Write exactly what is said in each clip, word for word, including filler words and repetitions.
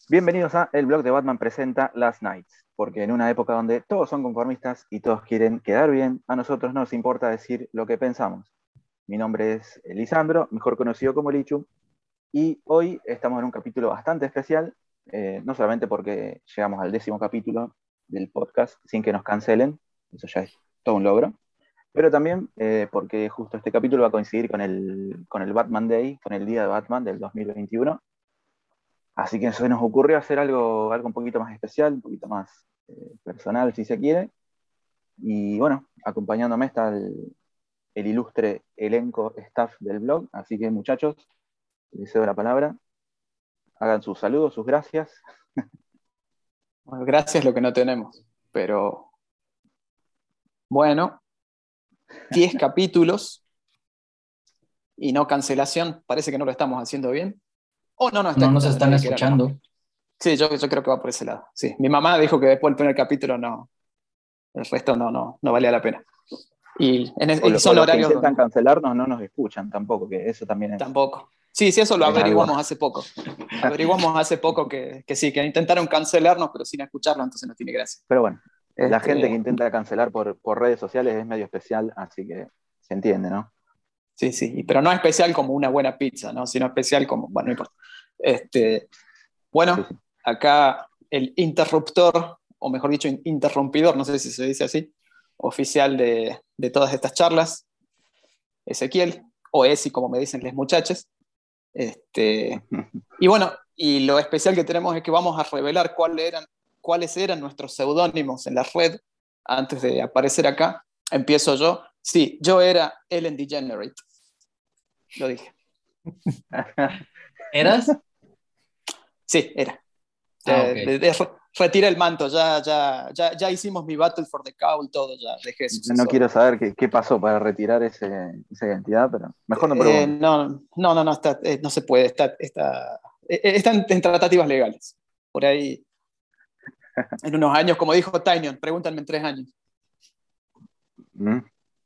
Bienvenidos a El Blog de Batman presenta Last Nights, porque en una época donde todos son conformistas y todos quieren quedar bien, a nosotros no nos importa decir lo que pensamos. Mi nombre es Lisandro, mejor conocido como Lichu, y hoy estamos en un capítulo bastante especial, eh, no solamente porque llegamos al décimo capítulo del podcast sin que nos cancelen, eso ya es todo un logro, pero también eh, porque justo este capítulo va a coincidir con el, con el Batman Day, con el Día de Batman del dos mil veintiuno. Así que se nos ocurrió hacer algo, algo un poquito más especial, un poquito más eh, personal, si se quiere. Y bueno, acompañándome está el, el ilustre elenco staff del blog. Así que muchachos, les cedo la palabra. Hagan sus saludos, sus gracias. Bueno, gracias lo que no tenemos, pero bueno, diez capítulos y no cancelación, parece que no lo estamos haciendo bien. O no nos está No nos escuchando están nadie, que era lo más- escuchando. Sí, yo, yo creo que va por ese lado. Sí, mi mamá dijo que después del primer capítulo no, el resto no, no, no valía la pena. Y, en es- O, y lo- o son los que horarios intentan donde cancelarnos no nos escuchan tampoco, que eso también es, tampoco. Sí, sí, eso lo es algo. averiguamos hace poco. Averiguamos hace poco que, que sí, que intentaron cancelarnos, pero sin escucharlo, entonces no tiene gracia. Pero bueno, la gente que Este, intenta cancelar por, por redes sociales es medio especial, así que se entiende, ¿no? Sí, sí, pero no especial como una buena pizza, ¿no? Sino especial como, bueno, no importa. Este, Sí, bueno, sí. acá el interruptor, o mejor dicho, interrumpidor, no sé si se dice así, oficial de, de todas estas charlas, Ezequiel, o Esi, como me dicen las muchachas. Este, y bueno, y lo especial que tenemos es que vamos a revelar cuáles eran, cuáles eran nuestros seudónimos en la red antes de aparecer acá. Empiezo yo. Sí, yo era Ellen DeGenerate. Lo dije. ¿Eras? Sí, era. Ah, De, ok. de, de, retiré el manto, ya, ya, ya, ya hicimos mi Battle for the Cowl, todo, ya dejé No sucesor. quiero saber qué, qué pasó para retirar ese, esa identidad, pero mejor no Eh, pregunto. no, no, no, no, está, eh, no se puede, está, está, eh, están en tratativas legales. Por ahí, en unos años, como dijo Tynion, pregúntame en tres años. ¿Mm?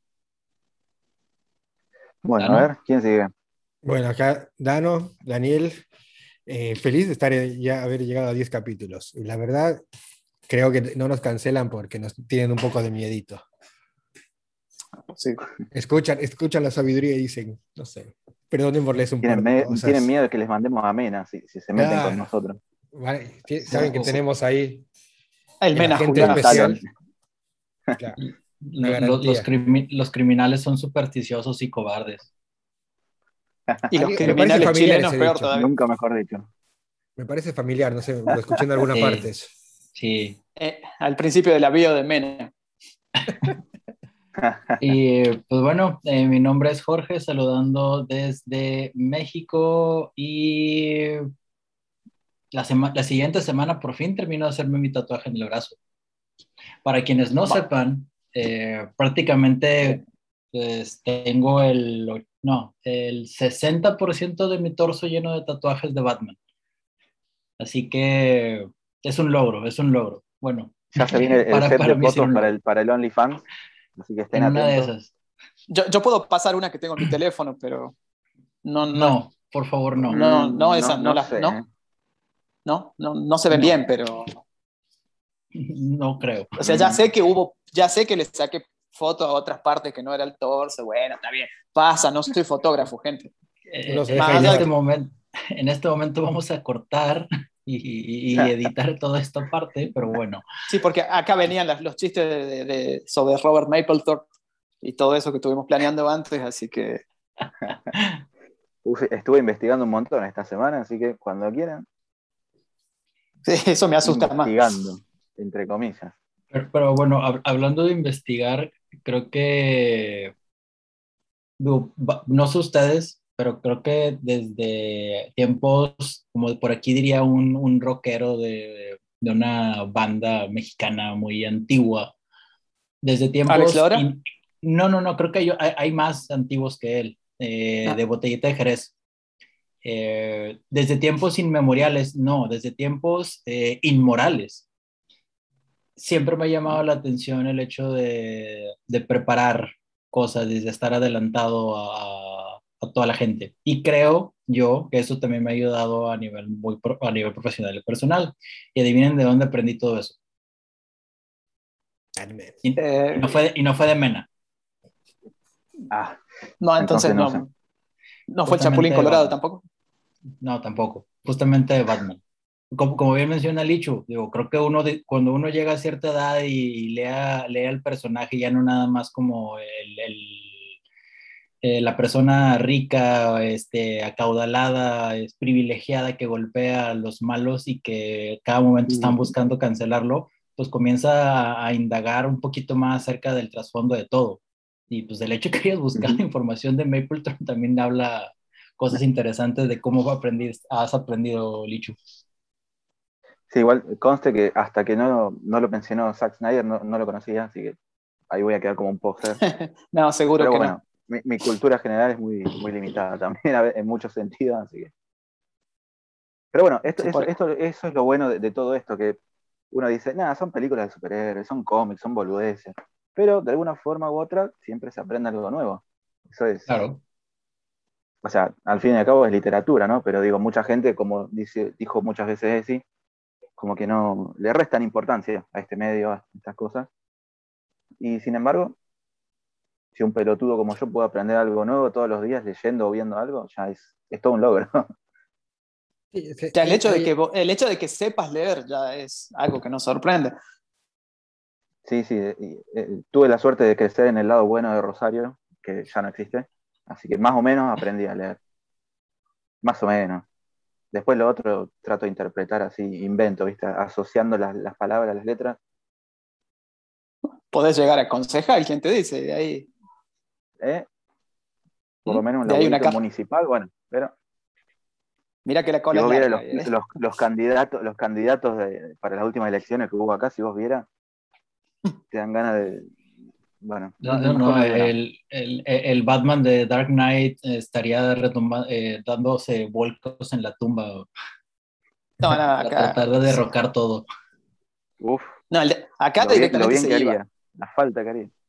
Bueno, a ¿Dano? ver, ¿quién sigue? Bueno, acá Dano, Daniel, eh, feliz de estar eh, ya haber llegado a diez capítulos. Y la verdad, creo que no nos cancelan porque nos tienen un poco de miedito. Sí. Escuchan, escuchan la sabiduría y dicen, no sé, perdonen por leerles un Tienen, par de me- tienen cosas. miedo de que les mandemos a Mena si, si se meten con Claro, nosotros. vale, ti- saben que O- o- tenemos ahí El el Mena agente El Jurado. talón. especial. Claro, una lo- lo- los, garantía. crimi- los criminales son supersticiosos y cobardes. Y los Alguien- me parece criminales familiar chilenos, ese peor dicho. todavía. Nunca mejor dicho. Me parece familiar, no sé, lo escuché en alguna parte. Sí, eso. sí. Eh, al principio de la bio de Mena. Y pues bueno, eh, mi nombre es Jorge, saludando desde México y la, sema- la siguiente semana por fin termino de hacerme mi tatuaje en el brazo. Para quienes no Va. sepan, eh, prácticamente pues, tengo el, no, el sesenta por ciento de mi torso lleno de tatuajes de Batman. Así que es un logro, es un logro. Bueno, Ya se viene el para, set para de mí sí era fotos un para logro. el, para el OnlyFans, así que estén En una de atentos. esas. Yo, yo puedo pasar una que tengo en mi teléfono, pero no, no, No, por favor, no. no, no, Mm, esa, no, no no las, sé. ¿Eh? no, no, no, no se ven No, bien, pero, no creo. o sea, ya Mm, sé que hubo, ya sé que le saqué fotos a otras partes que no era el torso, bueno, está bien, pasa, no soy fotógrafo, gente. Uno se Eh, deja Más en allá de este llevar. que, momento, en este momento vamos a cortar y, y editar toda esta parte, pero bueno. sí, porque acá venían las, los chistes de, de, de, sobre Robert Mapplethorpe y todo eso que estuvimos planeando antes, así que... Uf, estuve investigando un montón esta semana, así que cuando quieran, Sí, eso me asusta más. investigando, entre comillas. Pero, pero bueno, hab- hablando de investigar, creo que, digo, va- no sé ustedes, pero creo que desde tiempos, como por aquí diría un, un rockero de, de una banda mexicana muy antigua, desde Alex tiempos, Lora. in- no, no, no, creo que hay, hay- hay más antiguos que él, eh, de Ah, Botellita de Jerez. Eh, desde tiempos inmemoriales, no, desde tiempos eh, inmorales. Siempre me ha llamado la atención el hecho de, de preparar cosas, desde estar adelantado a, a toda la gente. Y creo yo que eso también me ha ayudado a nivel, muy pro, a nivel profesional y personal. Y adivinen de dónde aprendí todo eso. Y, Eh, y, no, fue de, y no fue de Mena. Ah, no, entonces, entonces no no, sé. no fue el Justamente Chapulín de Colorado Batman. tampoco. No, tampoco. Justamente de Batman. Como, como bien menciona Lichu, digo, creo que uno de, cuando uno llega a cierta edad y, y lea, lea el personaje, ya no nada más como el, el, eh, la persona rica, este, acaudalada, es privilegiada que golpea a los malos y que cada momento están buscando cancelarlo, pues comienza a, a indagar un poquito más acerca del trasfondo de todo. Y pues el hecho que hayas buscado Uh-huh. información de Mapletron también habla cosas interesantes de cómo aprendí, has aprendido, Lichu. Sí, igual conste que hasta que no, no lo mencionó Zack Snyder no, no lo conocía, así que ahí voy a quedar como un poser. No, seguro Pero que bueno, no. mi, mi cultura general es muy, muy limitada también a ve- en muchos sentidos, así que... Pero bueno, esto, Sí, eso, por- esto, eso es lo bueno de, de todo esto, que uno dice, nada, son películas de superhéroes, son cómics, son boludeces, pero de alguna forma u otra siempre se aprende algo nuevo. Eso es, Claro. o sea, al fin y al cabo es literatura, ¿no? Pero digo, mucha gente, como dice, dijo muchas veces Esi, como que no le restan importancia a este medio, a estas cosas. Y sin embargo, si un pelotudo como yo puede aprender algo nuevo todos los días leyendo o viendo algo, ya es, es todo un logro. Sí, sí, ya el hay- hecho de hay- que, vo- el hecho de que sepas leer ya es algo que nos sorprende. Sí, sí, y, eh, tuve la suerte de crecer en el lado bueno de Rosario, que ya no existe, así que más o menos aprendí a leer, más o menos. Después lo otro trato de interpretar así, invento, ¿viste? Asociando las, las palabras, las letras. Podés llegar a concejal, ¿quién te dice? De ahí, ¿eh? Por ¿Mm? lo menos un De ahí una laburito carta. municipal, bueno, pero Mira que la si cola es vos vieras larga. los, ¿Eh? los, los candidatos, los candidatos de, para las últimas elecciones que hubo acá, si vos vieras, te dan ganas de, bueno, No, no, no, mejor no, no digo nada. el, el, el Batman de Dark Knight estaría retumba, eh, dándose vuelcos en la tumba No, no, para acá. tratar de derrocar todo. Uf, No, el de- acá lo bien, lo directamente bien se que iba. haría, la falta que haría.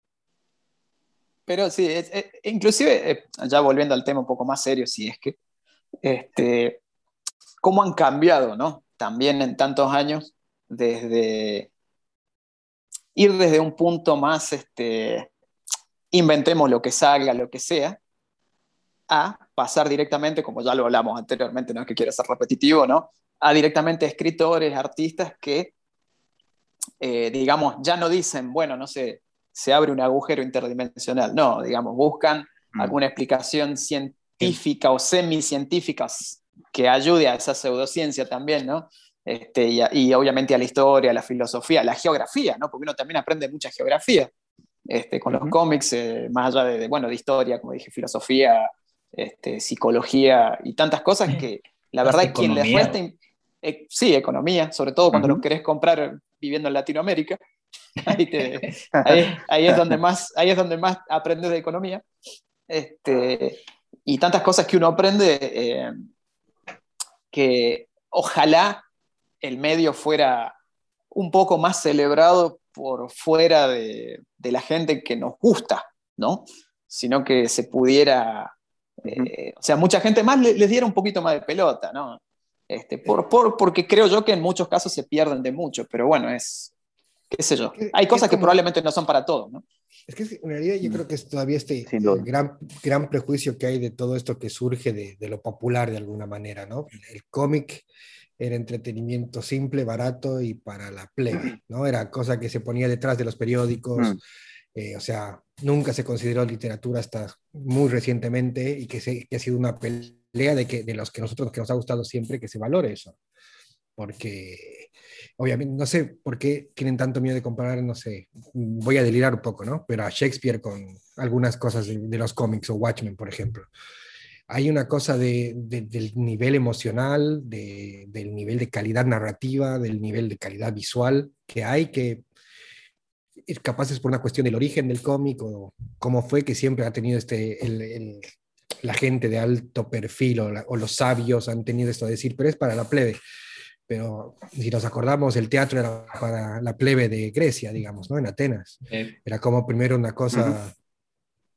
Pero sí, es- es- inclusive, eh, ya volviendo al tema un poco más serio, si es que, este, cómo han cambiado, ¿no? También en tantos años, desde ir desde un punto más, este, inventemos lo que salga, lo que sea, a pasar directamente, como ya lo hablamos anteriormente, no es que quiera ser repetitivo, ¿no? A directamente escritores, artistas que, eh, digamos, ya no dicen, bueno, no sé, se abre un agujero interdimensional, no, digamos, buscan Mm. alguna explicación científica o semicientífica que ayude a esa pseudociencia también, ¿no? Este, y, a, y obviamente a la historia, a la filosofía, a la geografía, ¿no? Porque uno también aprende mucha geografía este, con Uh-huh. los cómics, eh, más allá de, de, bueno, de historia, como dije, filosofía, este, psicología y tantas cosas que la Hasta verdad quien les resta, economía. eh, sí, economía, sobre todo cuando Uh-huh. los querés comprar viviendo en Latinoamérica, ahí, te, ahí, ahí, es donde más, ahí es donde más aprendes de economía. Este, y tantas cosas que uno aprende eh, que ojalá el medio fuera un poco más celebrado por fuera de, de la gente que nos gusta, ¿no? Sino que se pudiera, Uh-huh. eh, o sea, mucha gente más le, les diera un poquito más de pelota, ¿no? Este, por, por, porque creo yo que en muchos casos se pierden de mucho, pero bueno, es, qué sé yo. que, Hay que es cosas que como, probablemente no son para todos, ¿no? es que en realidad yo creo que es todavía este Sin eh, duda. gran, gran prejuicio que hay de todo esto que surge de, de lo popular de alguna manera, ¿no? El cómic era entretenimiento simple, barato y para la plebe, ¿no? Era cosa que se ponía detrás de los periódicos, Mm. eh, o sea, nunca se consideró literatura hasta muy recientemente y que, se, que ha sido una pelea de, que, de los que nosotros que nos ha gustado siempre que se valore eso. Porque obviamente no sé por qué tienen tanto miedo de comparar, no sé, voy a delirar un poco, ¿no? Pero a Shakespeare con algunas cosas de, de los cómics o Watchmen, por ejemplo. Hay una cosa de, de, del nivel emocional, de, del nivel de calidad narrativa, del nivel de calidad visual que hay que es capaz es por una cuestión del origen del cómic o cómo fue que siempre ha tenido este, el, el, la gente de alto perfil o, la, o los sabios han tenido esto de decir, pero es para la plebe. Pero si nos acordamos, el teatro era para la plebe de Grecia, digamos, ¿no? En Atenas. Eh, Era como primero una cosa,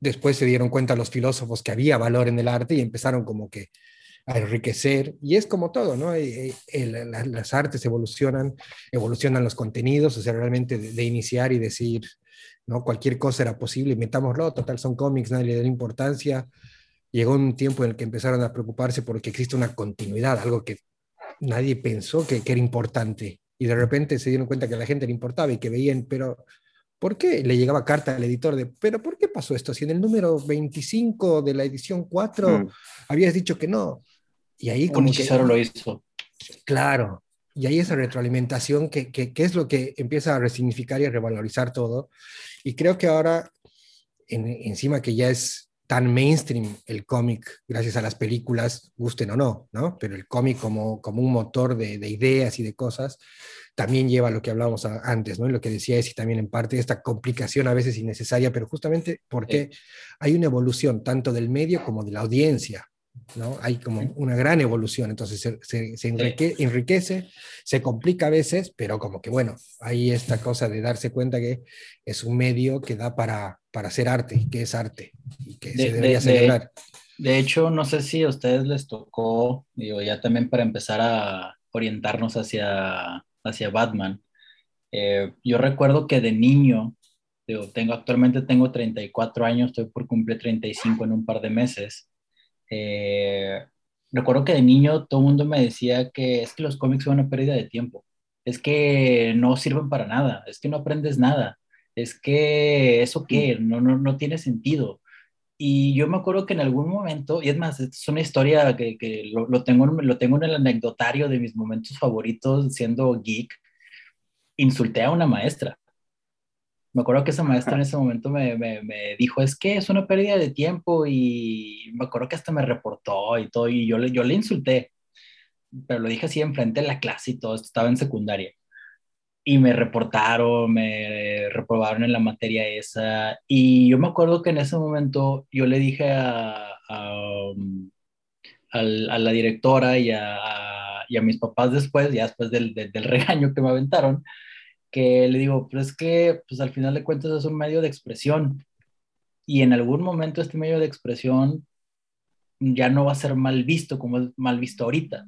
Después se dieron cuenta los filósofos que había valor en el arte y empezaron como que a enriquecer. Y es como todo, ¿no? Eh, eh, la, las artes evolucionan, evolucionan los contenidos, o sea, realmente de, de iniciar y decir, ¿no? Cualquier cosa era posible, metámoslo, total son cómics, nadie le da importancia. Llegó un tiempo en el que empezaron a preocuparse porque existe una continuidad, algo que nadie pensó que, que era importante. Y de repente se dieron cuenta que a la gente le importaba y que veían, pero ¿por qué? Le llegaba carta al editor de, pero ¿por qué pasó esto? Si en el número veinticinco de la edición cuatro Mm. habías dicho que no. Y ahí Un como que, hechicero lo hizo. claro, y ahí esa retroalimentación que, que, que es lo que empieza a resignificar y a revalorizar todo. Y creo que ahora, en, encima que ya es tan mainstream el cómic, gracias a las películas, gusten o no, ¿no? Pero el cómic como, como un motor de, de ideas y de cosas, también lleva a lo que hablábamos a, antes, ¿no? Y lo que decía es y también en parte esta complicación a veces innecesaria, pero justamente porque Sí. hay una evolución tanto del medio como de la audiencia, ¿no? Hay como una gran evolución, entonces se, se, se Sí. enrique, enriquece, se complica a veces, pero como que bueno, hay esta cosa de darse cuenta que es un medio que da para, para hacer arte, que es arte, y que se De, debería de, de, celebrar. de hecho, no sé si a ustedes les tocó, digo, ya también para empezar a orientarnos hacia, hacia Batman. Eh, yo recuerdo que de niño, digo, tengo, actualmente tengo treinta y cuatro años, estoy por cumplir treinta y cinco en un par de meses. Eh, Recuerdo que de niño todo el mundo me decía que es que los cómics son una pérdida de tiempo, es que no sirven para nada, es que no aprendes nada, es que eso Mm. qué, no, no, no tiene sentido. Y yo me acuerdo que en algún momento, y es más, es una historia que, que lo, lo tengo, en- lo tengo en el anecdotario de mis momentos favoritos siendo geek, insulté a una maestra. Me acuerdo que esa maestra en ese momento me, me, me dijo, es que es una pérdida de tiempo y me acuerdo que hasta me reportó y todo, y yo le, yo le insulté, pero lo dije así enfrente de la clase y todo, esto estaba en secundaria. Y me reportaron, me reprobaron en la materia esa, y yo me acuerdo que en ese momento yo le dije a, a, um, al- a la directora y a, a- y a mis papás después, ya después del, del, del regaño que me aventaron, que le digo, pero es que pues al final de cuentas es un medio de expresión y en algún momento este medio de expresión ya no va a ser mal visto como es mal visto ahorita.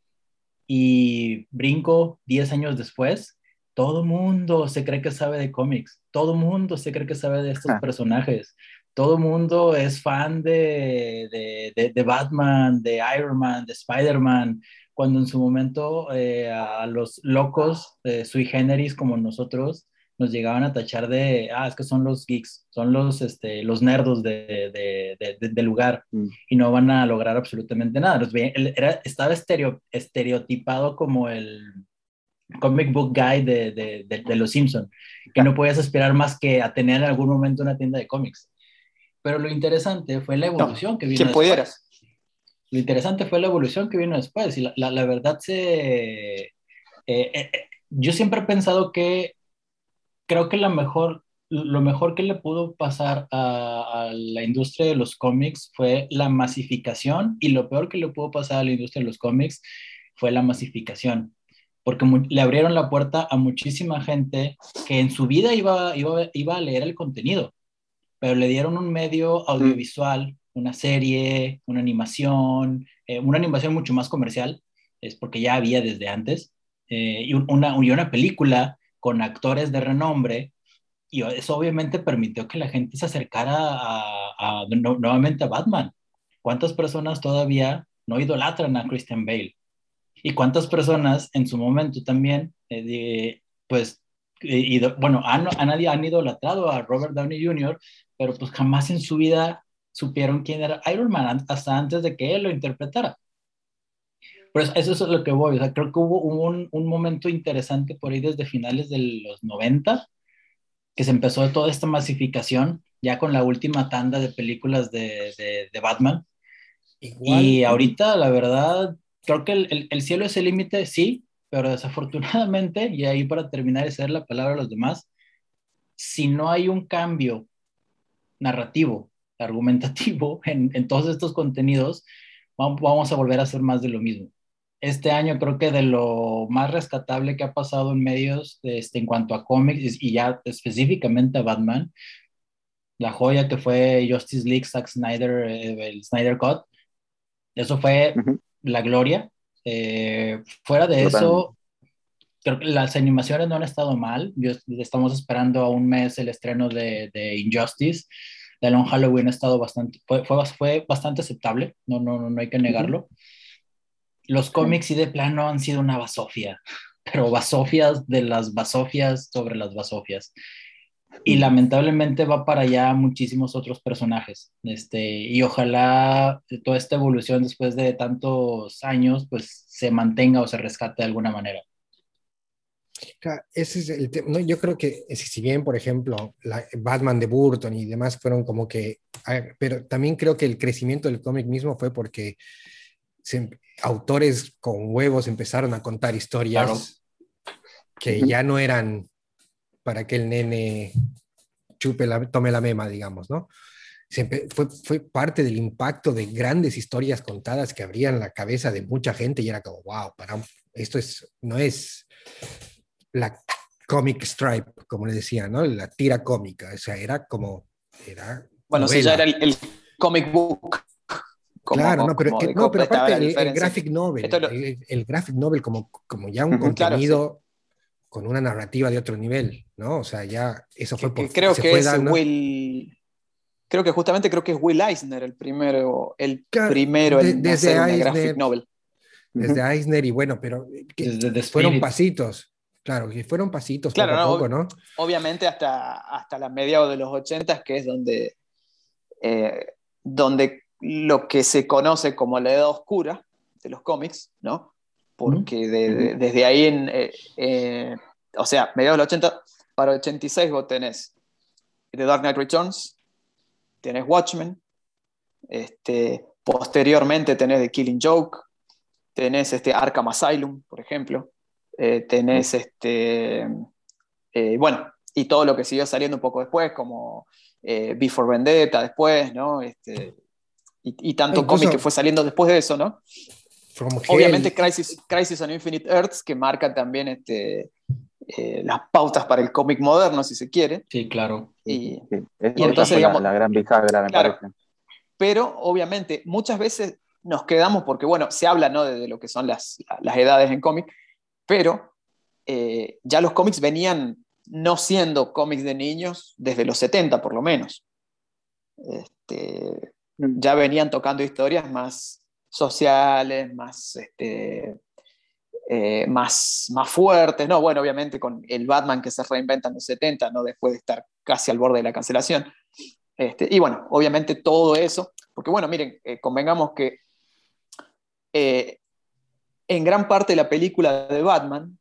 Y brinco diez años después, todo mundo se cree que sabe de cómics, todo mundo se cree que sabe de estos personajes, todo mundo es fan de, de, de, de Batman, de Iron Man, de Spider-Man, cuando en su momento eh, a los locos eh, sui generis como nosotros nos llegaban a tachar de, ah, es que son los geeks, son los, este, los nerdos de, de, de, de, del lugar Mm. y no van a lograr absolutamente nada. Los ve- él era, estaba estereo, estereotipado como el comic book guy de, de, de, de Los Simpson, que no podías aspirar más que a tener en algún momento una tienda de cómics. Pero lo interesante fue la No, evolución que vino quien pudiera. después. Lo interesante fue la evolución que vino después. Y la, la, la verdad se... Eh, eh, eh, yo siempre he pensado que creo que la mejor, lo mejor que le pudo pasar a, a la industria de los cómics fue la masificación y lo peor que le pudo pasar a la industria de los cómics fue la masificación, porque mu- le abrieron la puerta a muchísima gente que en su vida iba, iba, iba a leer el contenido, pero le dieron un medio Mm. audiovisual, una serie, una animación, eh, una animación mucho más comercial, es porque ya había desde antes, eh, y un- una, y una película con actores de renombre, y eso obviamente permitió que la gente se acercara a, a- no- nuevamente a Batman. ¿Cuántas personas todavía no idolatran a Christian Bale? ¿Y cuántas personas en su momento también, eh, de- pues, eh, ido- bueno, han, han, han idolatrado a Robert Downey junior, pero pues jamás en su vida supieron quién era Iron Man, an- hasta antes de que él lo interpretara. Pues eso es a lo que voy, o sea, creo que hubo, hubo un, un momento interesante por ahí desde finales de los noventa que se empezó toda esta masificación, ya con la última tanda de películas de, de, de Batman. Igual, Y Ujú. ahorita, la verdad, creo que el, el, el cielo es el límite, sí, pero desafortunadamente, y ahí para terminar y ceder la palabra a los demás, si no hay un cambio narrativo, argumentativo en, en todos estos contenidos, vamos, vamos a volver a hacer más de lo mismo. Este año creo que de lo más rescatable que ha pasado en medios este, en cuanto a cómics y ya específicamente a Batman, la joya que fue Justice League, Zack Snyder, eh, el Snyder Cut. Eso fue Ujú. la gloria. Eh, fuera de Totalmente. eso, creo que las animaciones no han estado mal. Yo, estamos esperando a un mes el estreno de, de Injustice. The Long Halloween ha estado bastante, fue, fue, fue bastante aceptable, no, no, no, no hay que Ujú. negarlo. Los Sí. cómics sí de plano han sido una basofia, pero basofias de las basofias sobre las basofias. Y lamentablemente va para allá muchísimos otros personajes. Este, y ojalá toda esta evolución después de tantos años pues se mantenga o se rescate de alguna manera. Claro, ese es el tema. No, yo creo que si si bien, por ejemplo, la Batman de Burton y demás fueron como que, ah, pero también creo que el crecimiento del cómic mismo fue porque se- autores con huevos empezaron a contar Claro. historias que Ujú. ya no eran para que el nene chupe la, tome la mema, digamos, ¿no? Se empe- fue, fue parte del impacto de grandes historias contadas que abrían la cabeza de mucha gente y era como, wow, para, esto es, no es la comic stripe, como le decía, ¿no? La tira cómica, o sea, era como, era Bueno, sí, ya era novela. el, el comic book, Claro, como, no, pero, como eh, de no, cómo pero estaba aparte la el, el diferencia. graphic Esto novel, lo, el, el graphic novel como, como ya un Ujú. claro, sí. contenido con una narrativa de otro nivel, ¿no? O sea, ya eso fue Que, por, que creo se que fue es dando. Will, creo que justamente creo que es Will Eisner el primero, el Claro, primero de- en hacer desde una graphic Eisner, novel. Ujú. desde Eisner y bueno, pero que Desde The fueron Spirit. pasitos, claro, que fueron pasitos Claro, poco a ¿no? poco, Ob- ¿no? obviamente hasta, hasta la mediados de los ochentas, que es donde, eh, donde lo que se conoce como la edad oscura de los cómics, ¿no? ¿Mm? Porque de- Ujú. de- desde ahí, en, eh, eh, o sea, mediados de los ochenta, para ochenta y seis vos tenés The Dark Knight Returns, tenés Watchmen, este, posteriormente tenés The Killing Joke, tenés este Arkham Asylum, por ejemplo, eh, tenés este, eh, bueno, y todo lo que siguió saliendo un poco después, como eh, V for Vendetta después, ¿no? Este, y, y E tanto cómic que incluso fue saliendo después de eso, ¿no? From Hell, Obviamente Crisis, Crisis on Infinite Earths, que marca también este, eh, las pautas para el cómic moderno, si se quiere. Sí, claro. Y, Sí, es- y esa entonces, fue la, digamos, la gran bisagra, me claro, parece. pero obviamente muchas veces nos quedamos, porque bueno, se habla, ¿no? de, de lo que son las, las edades en cómic, pero eh, ya los cómics venían no siendo cómics de niños desde los setenta por lo menos. Este, Mm. ya venían tocando historias más sociales, más, este, eh, más, más fuertes, ¿no? Bueno, obviamente con el Batman que se reinventa en los setenta, ¿no? Después de estar casi al borde de la cancelación. Este, y bueno, obviamente todo eso, porque bueno, miren, eh, convengamos que eh, en gran parte de la película de Batman,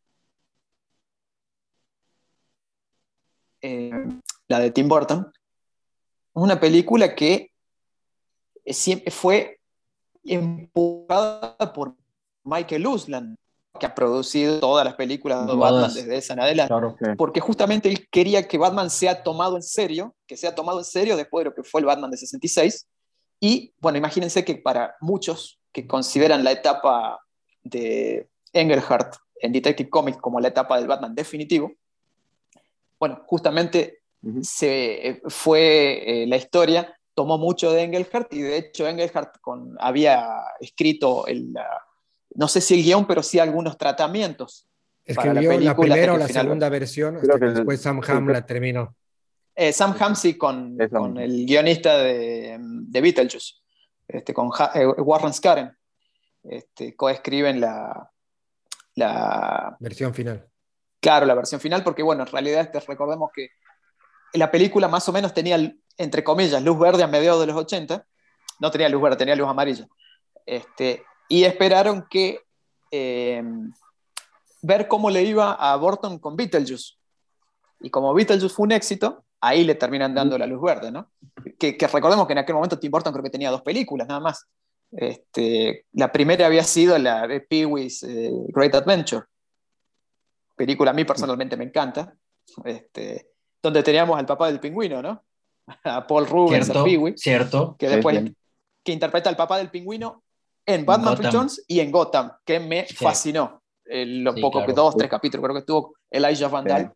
eh, la de Tim Burton, es una película que siempre fue empujada por Michael Uslan, que ha producido todas las películas de Ujú. Batman Todas, desde esa en adelante, claro. Sí. porque justamente él quería que Batman sea tomado en serio, que sea tomado en serio después de lo que fue el Batman de sesenta y seis. Y bueno, imagínense que para muchos que consideran la etapa de Engelhardt en Detective Comics como la etapa del Batman definitivo, bueno, justamente Ujú. se fue eh, la historia, tomó mucho de Engelhardt y de hecho Engelhardt con, había escrito, el, uh, no sé si el guión, pero sí algunos tratamientos para la escribió la película hasta primera o que la finalmente... segunda versión Creo hasta que que el- después Sam sí, Hamm creo- la terminó. Eh, Sam Hamsey con, es lo con mismo. el guionista de, de Beetlejuice, este, con ha eh, Warren Scaren, este, coescriben la, la, Versión final. claro, la versión final, porque bueno, en realidad este, recordemos que la película más o menos tenía, entre comillas, luz verde a mediados de los ochenta, no tenía luz verde, tenía luz amarilla, este, y esperaron que eh, ver cómo le iba a Burton con Beetlejuice, y como Beetlejuice fue un éxito, ahí le terminan dando la luz verde, ¿no? Que, que recordemos que en aquel momento Tim Burton creo que tenía dos películas nada más. Este, la primera había sido la de Pee-wee's eh, Great Adventure, película a mí personalmente me encanta, este, donde teníamos al papá del pingüino, ¿no? A Paul Rubens, a Cierto, Pee-wee, cierto. que Sí, después sí. que interpreta al papá del pingüino en En Batman Gotham. Returns y en Gotham, que me Sí, fascinó. Eh, lo sí, poco que claro. dos, tres capítulos creo que estuvo Elijah Van Sí. Dyke.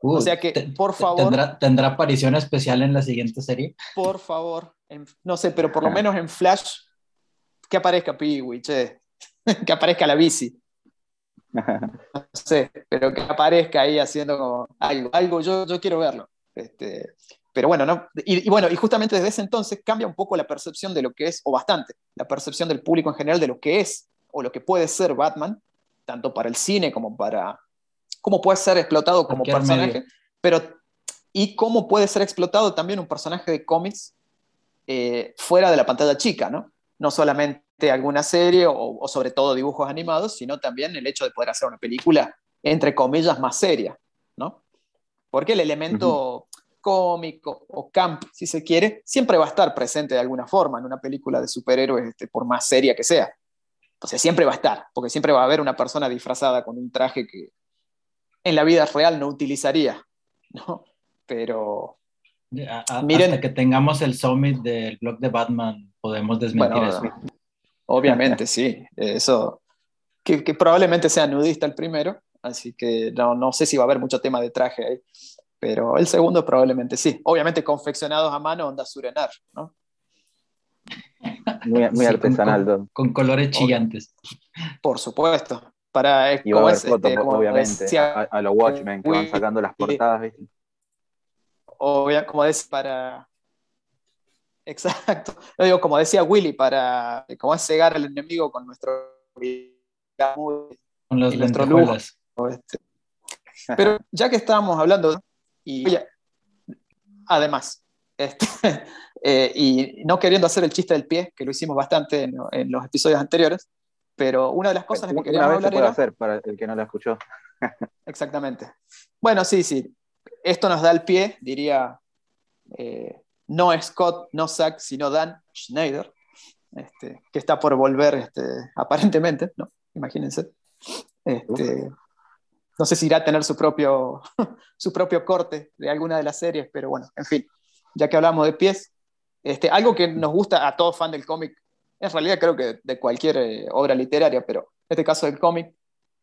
Uh, o sea que, te- por favor, ¿Tendrá, ¿Tendrá aparición especial en la siguiente serie? por favor, en- no sé, pero por lo menos en Flash, que aparezca Pee-wee, che. Que aparezca la bici. No sé, pero que aparezca ahí haciendo como algo, algo yo, yo quiero verlo. Este, pero bueno, ¿no? Y, y bueno, y justamente desde ese entonces cambia un poco la percepción de lo que es, o bastante, la percepción del público en general de lo que es, o lo que puede ser Batman, tanto para el cine como para cómo puede ser explotado como Cualquier personaje, medio. pero y cómo puede ser explotado también un personaje de cómics eh, fuera de la pantalla chica, ¿no? No solamente alguna serie o, o sobre todo dibujos animados, sino también el hecho de poder hacer una película, entre comillas, más seria, ¿no? Porque el elemento cómico o camp, si se quiere, siempre va a estar presente de alguna forma en una película de superhéroes, este, por más seria que sea. Entonces siempre va a estar, porque siempre va a haber una persona disfrazada con un traje que en la vida real no utilizaría, ¿no? Pero A- a- hasta que miren, tengamos el summit del blog de Batman, podemos desmentir eso. bueno, obviamente sí, eso, que, que probablemente sea nudista el primero, así que no, no sé si va a haber mucho tema de traje ahí, pero el segundo probablemente sí. Obviamente confeccionados a mano, onda Surenar, ¿no? Muy, muy Sí, con, artesanal, con- Don. con colores Obvio, chillantes. por supuesto. Para, eh, Y va a como haber es, fotos, este, como obviamente, a, decía, a- a los Watchmen que van sacando las portadas, ¿viste? obvia- como decía, para, exacto, no digo, como decía Willy, para, como es cegar al enemigo con nuestro, digamos, Con las y nuestro lujo. lentejuelas. Este. Pero ya que estábamos hablando, y oye, además, este, eh, y no queriendo hacer el chiste del pie, que lo hicimos bastante en, en los episodios anteriores, pero una de las cosas de que Una queríamos vez se hablar puede era, hacer para el que no la escuchó. exactamente, bueno, sí, sí, esto nos da el pie, diría, eh, no Scott, no Zack, sino Dan Schneider, este, que está por volver, este, aparentemente, ¿no? Imagínense. Este, no sé si irá a tener su propio, su propio corte de alguna de las series, pero bueno, en fin, ya que hablamos de pies, este, algo que nos gusta a todo fan del cómic, en realidad creo que de cualquier eh, obra literaria, pero en este caso del cómic,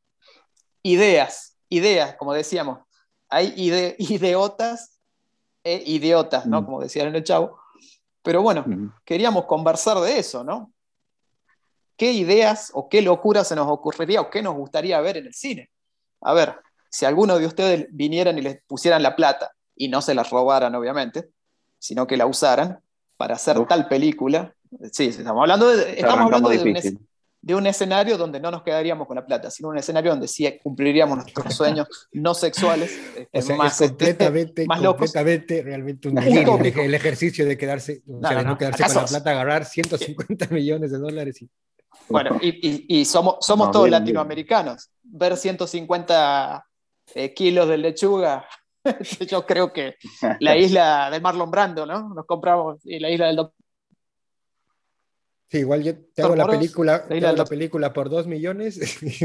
ideas, ideas, como decíamos, hay ide ideotas e idiotas, ¿no? Mm. Como decían en el Chavo, pero bueno, Mm. queríamos conversar de eso, ¿no? ¿Qué ideas o qué locuras se nos ocurriría o qué nos gustaría ver en el cine? A ver, si alguno de ustedes vinieran y les pusieran la plata, y no se la robaran, obviamente, sino que la usaran para hacer Uf, tal película, sí, estamos hablando de, ya estamos hablando arrancamos de un, es- difícil. de un escenario donde no nos quedaríamos con la plata, sino un escenario donde sí cumpliríamos nuestros sueños no sexuales, este, O sea, es más, este, completamente, más locos, completamente, realmente un delirio el, utópico. el ejercicio de quedarse, o No, sea, no, de no no. quedarse con la ¿Acaso? plata, agarrar ciento cincuenta millones de dólares y Bueno, y, y- y somos, somos No, todos bien, bien. latinoamericanos. Ver ciento cincuenta eh, kilos de lechuga, yo creo que la isla de Marlon Brando, ¿no? Nos compramos y la isla del doctor sí, igual yo te hago la Moros, película, la te isla hago del la doctor. película por dos millones,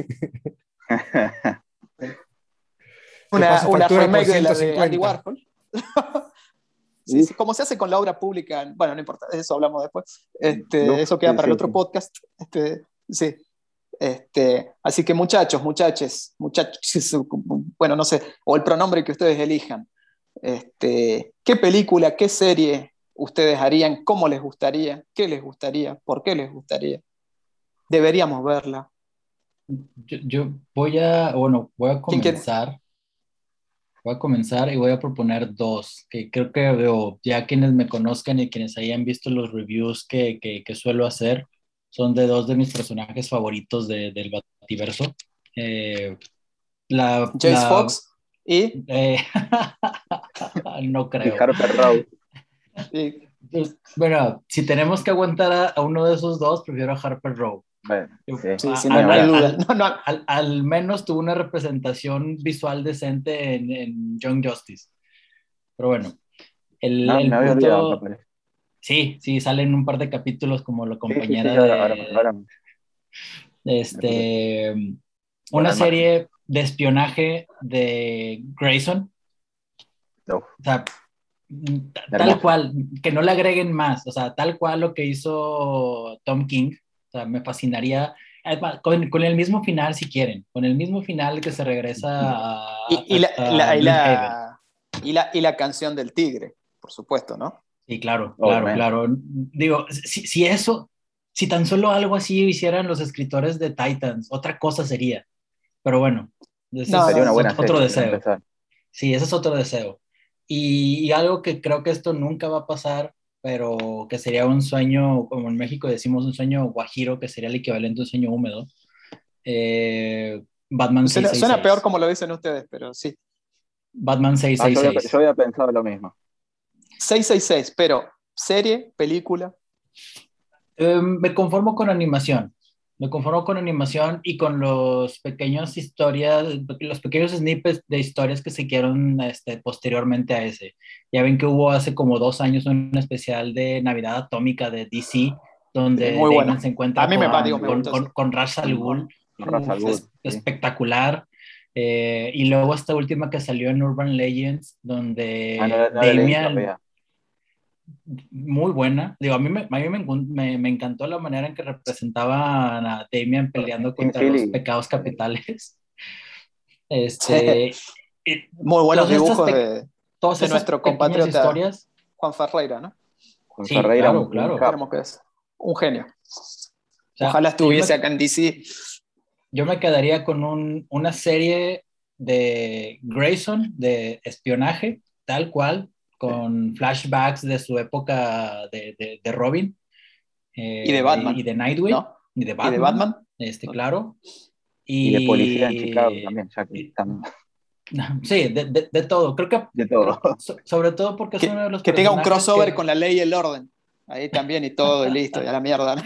te Una, paso una factura por remake de la de Andy ciento cincuenta. Warhol. Sí, Uf, sí, como se hace con la obra pública, bueno, no importa, de eso hablamos después. uf, Este, eso queda sí, para el sí, otro sí. podcast. Este, sí. Este, así que muchachos, muchaches, muchachos, bueno, no sé, o el pronombre que ustedes elijan. Este, ¿qué película, qué serie ustedes harían? ¿Cómo les gustaría? ¿Qué les gustaría? ¿Por qué les gustaría? Deberíamos verla. Yo, yo voy a, bueno, voy a ¿Quién quiere? comenzar. Voy a comenzar y voy a proponer dos, que creo que veo, ya quienes me conozcan y quienes hayan visto los reviews que, que, que suelo hacer, son de dos de mis personajes favoritos de, del Bativerso. Eh, la, Jace la, Fox y, eh, no Y creo. Harper Row. y- Pues, bueno, si tenemos que aguantar a, a uno de esos dos, prefiero a Harper Row. Bueno, sí. sí, sí, A- no, Ni no hay hablar. duda. al, No, no, al, al menos tuvo una representación visual decente en, en Young Justice. Pero bueno, el, No, me el había olvidado, me punto, parece. sí, sí, salen un par de capítulos como la Sí, sí, sí, compañera ahora, ahora, de, ahora de me acordé. este, Con una al margen. serie de espionaje de Grayson. Uf, O sea, t- tal hermoso. cual, que no le agreguen más, o sea, tal cual lo que hizo Tom King, o sea, me fascinaría, además, con, con el mismo final si quieren, con el mismo final que se regresa a, y, y la, a- a la- y Blue Haven. la- Y la, y la canción del tigre, por supuesto, ¿no? Sí, claro, claro, Obviamente. claro. Digo, si, si eso, si tan solo algo así hicieran los escritores de Titans, otra cosa sería. Pero bueno, ese No, es Sería no, una no. buena ot- otro serie para deseo. empezar. Sí, ese es otro deseo. Y, y algo que creo que esto nunca va a pasar, pero que sería un sueño, como en México decimos un sueño guajiro, que sería el equivalente a un sueño húmedo. Eh, Batman Suena, suena peor seiscientos sesenta y seis. como lo dicen ustedes, pero sí. Batman Ah, yo había, seiscientos sesenta y seis. yo había pensado lo mismo. seiscientos sesenta y seis, pero serie, película. Eh, me conformo con animación. Me conformo con animación y con los pequeños historias, los pequeños snippets de historias que se hicieron este, posteriormente a ese. Ya ven que hubo hace como dos años un especial de Navidad Atómica de D C, Sí, donde muy Damian bueno. se A encuentra mí me, pa- Ah, digo, con, me con, gustó con, ese. con Ra's al Ghul. con Ra's al Uf, Ghul, es sí. espectacular. Eh, y luego esta última que salió en Urban Legends, Ah, no, donde la- no la leí Damian todavía. muy buena. Digo, a mí, me, a mí me, encon- me, me encantó la manera en que representaban a Damian peleando Tim contra los Seeley. pecados eh, capitales. Sí. Este, y Muy buenos todas estas, dibujos pe- de, todas de esas nuestro pequeñas compatriota historias, Juan Ferreira, ¿no? Juan sí, Ferreira, un, claro, un claro. capo. Tenemos que es un genio. O sea, Ojalá yo me, estuviese acá en D C. yo me quedaría con un, una serie de Grayson, de espionaje, tal cual, Sí. con flashbacks de su época de, de, de Robin Y de eh, y Batman, de Nightwing ¿no? y de Y de Batman, Batman. este, claro. Y de policía en Chicago Y, también, ya que y- están sí, de, de- de todo. Creo que, de todo. creo- so- sobre todo porque es uno Que, de los que tenga un personajes crossover que con la ley y el orden. Ahí también y todo, y listo, y a la mierda, ¿no?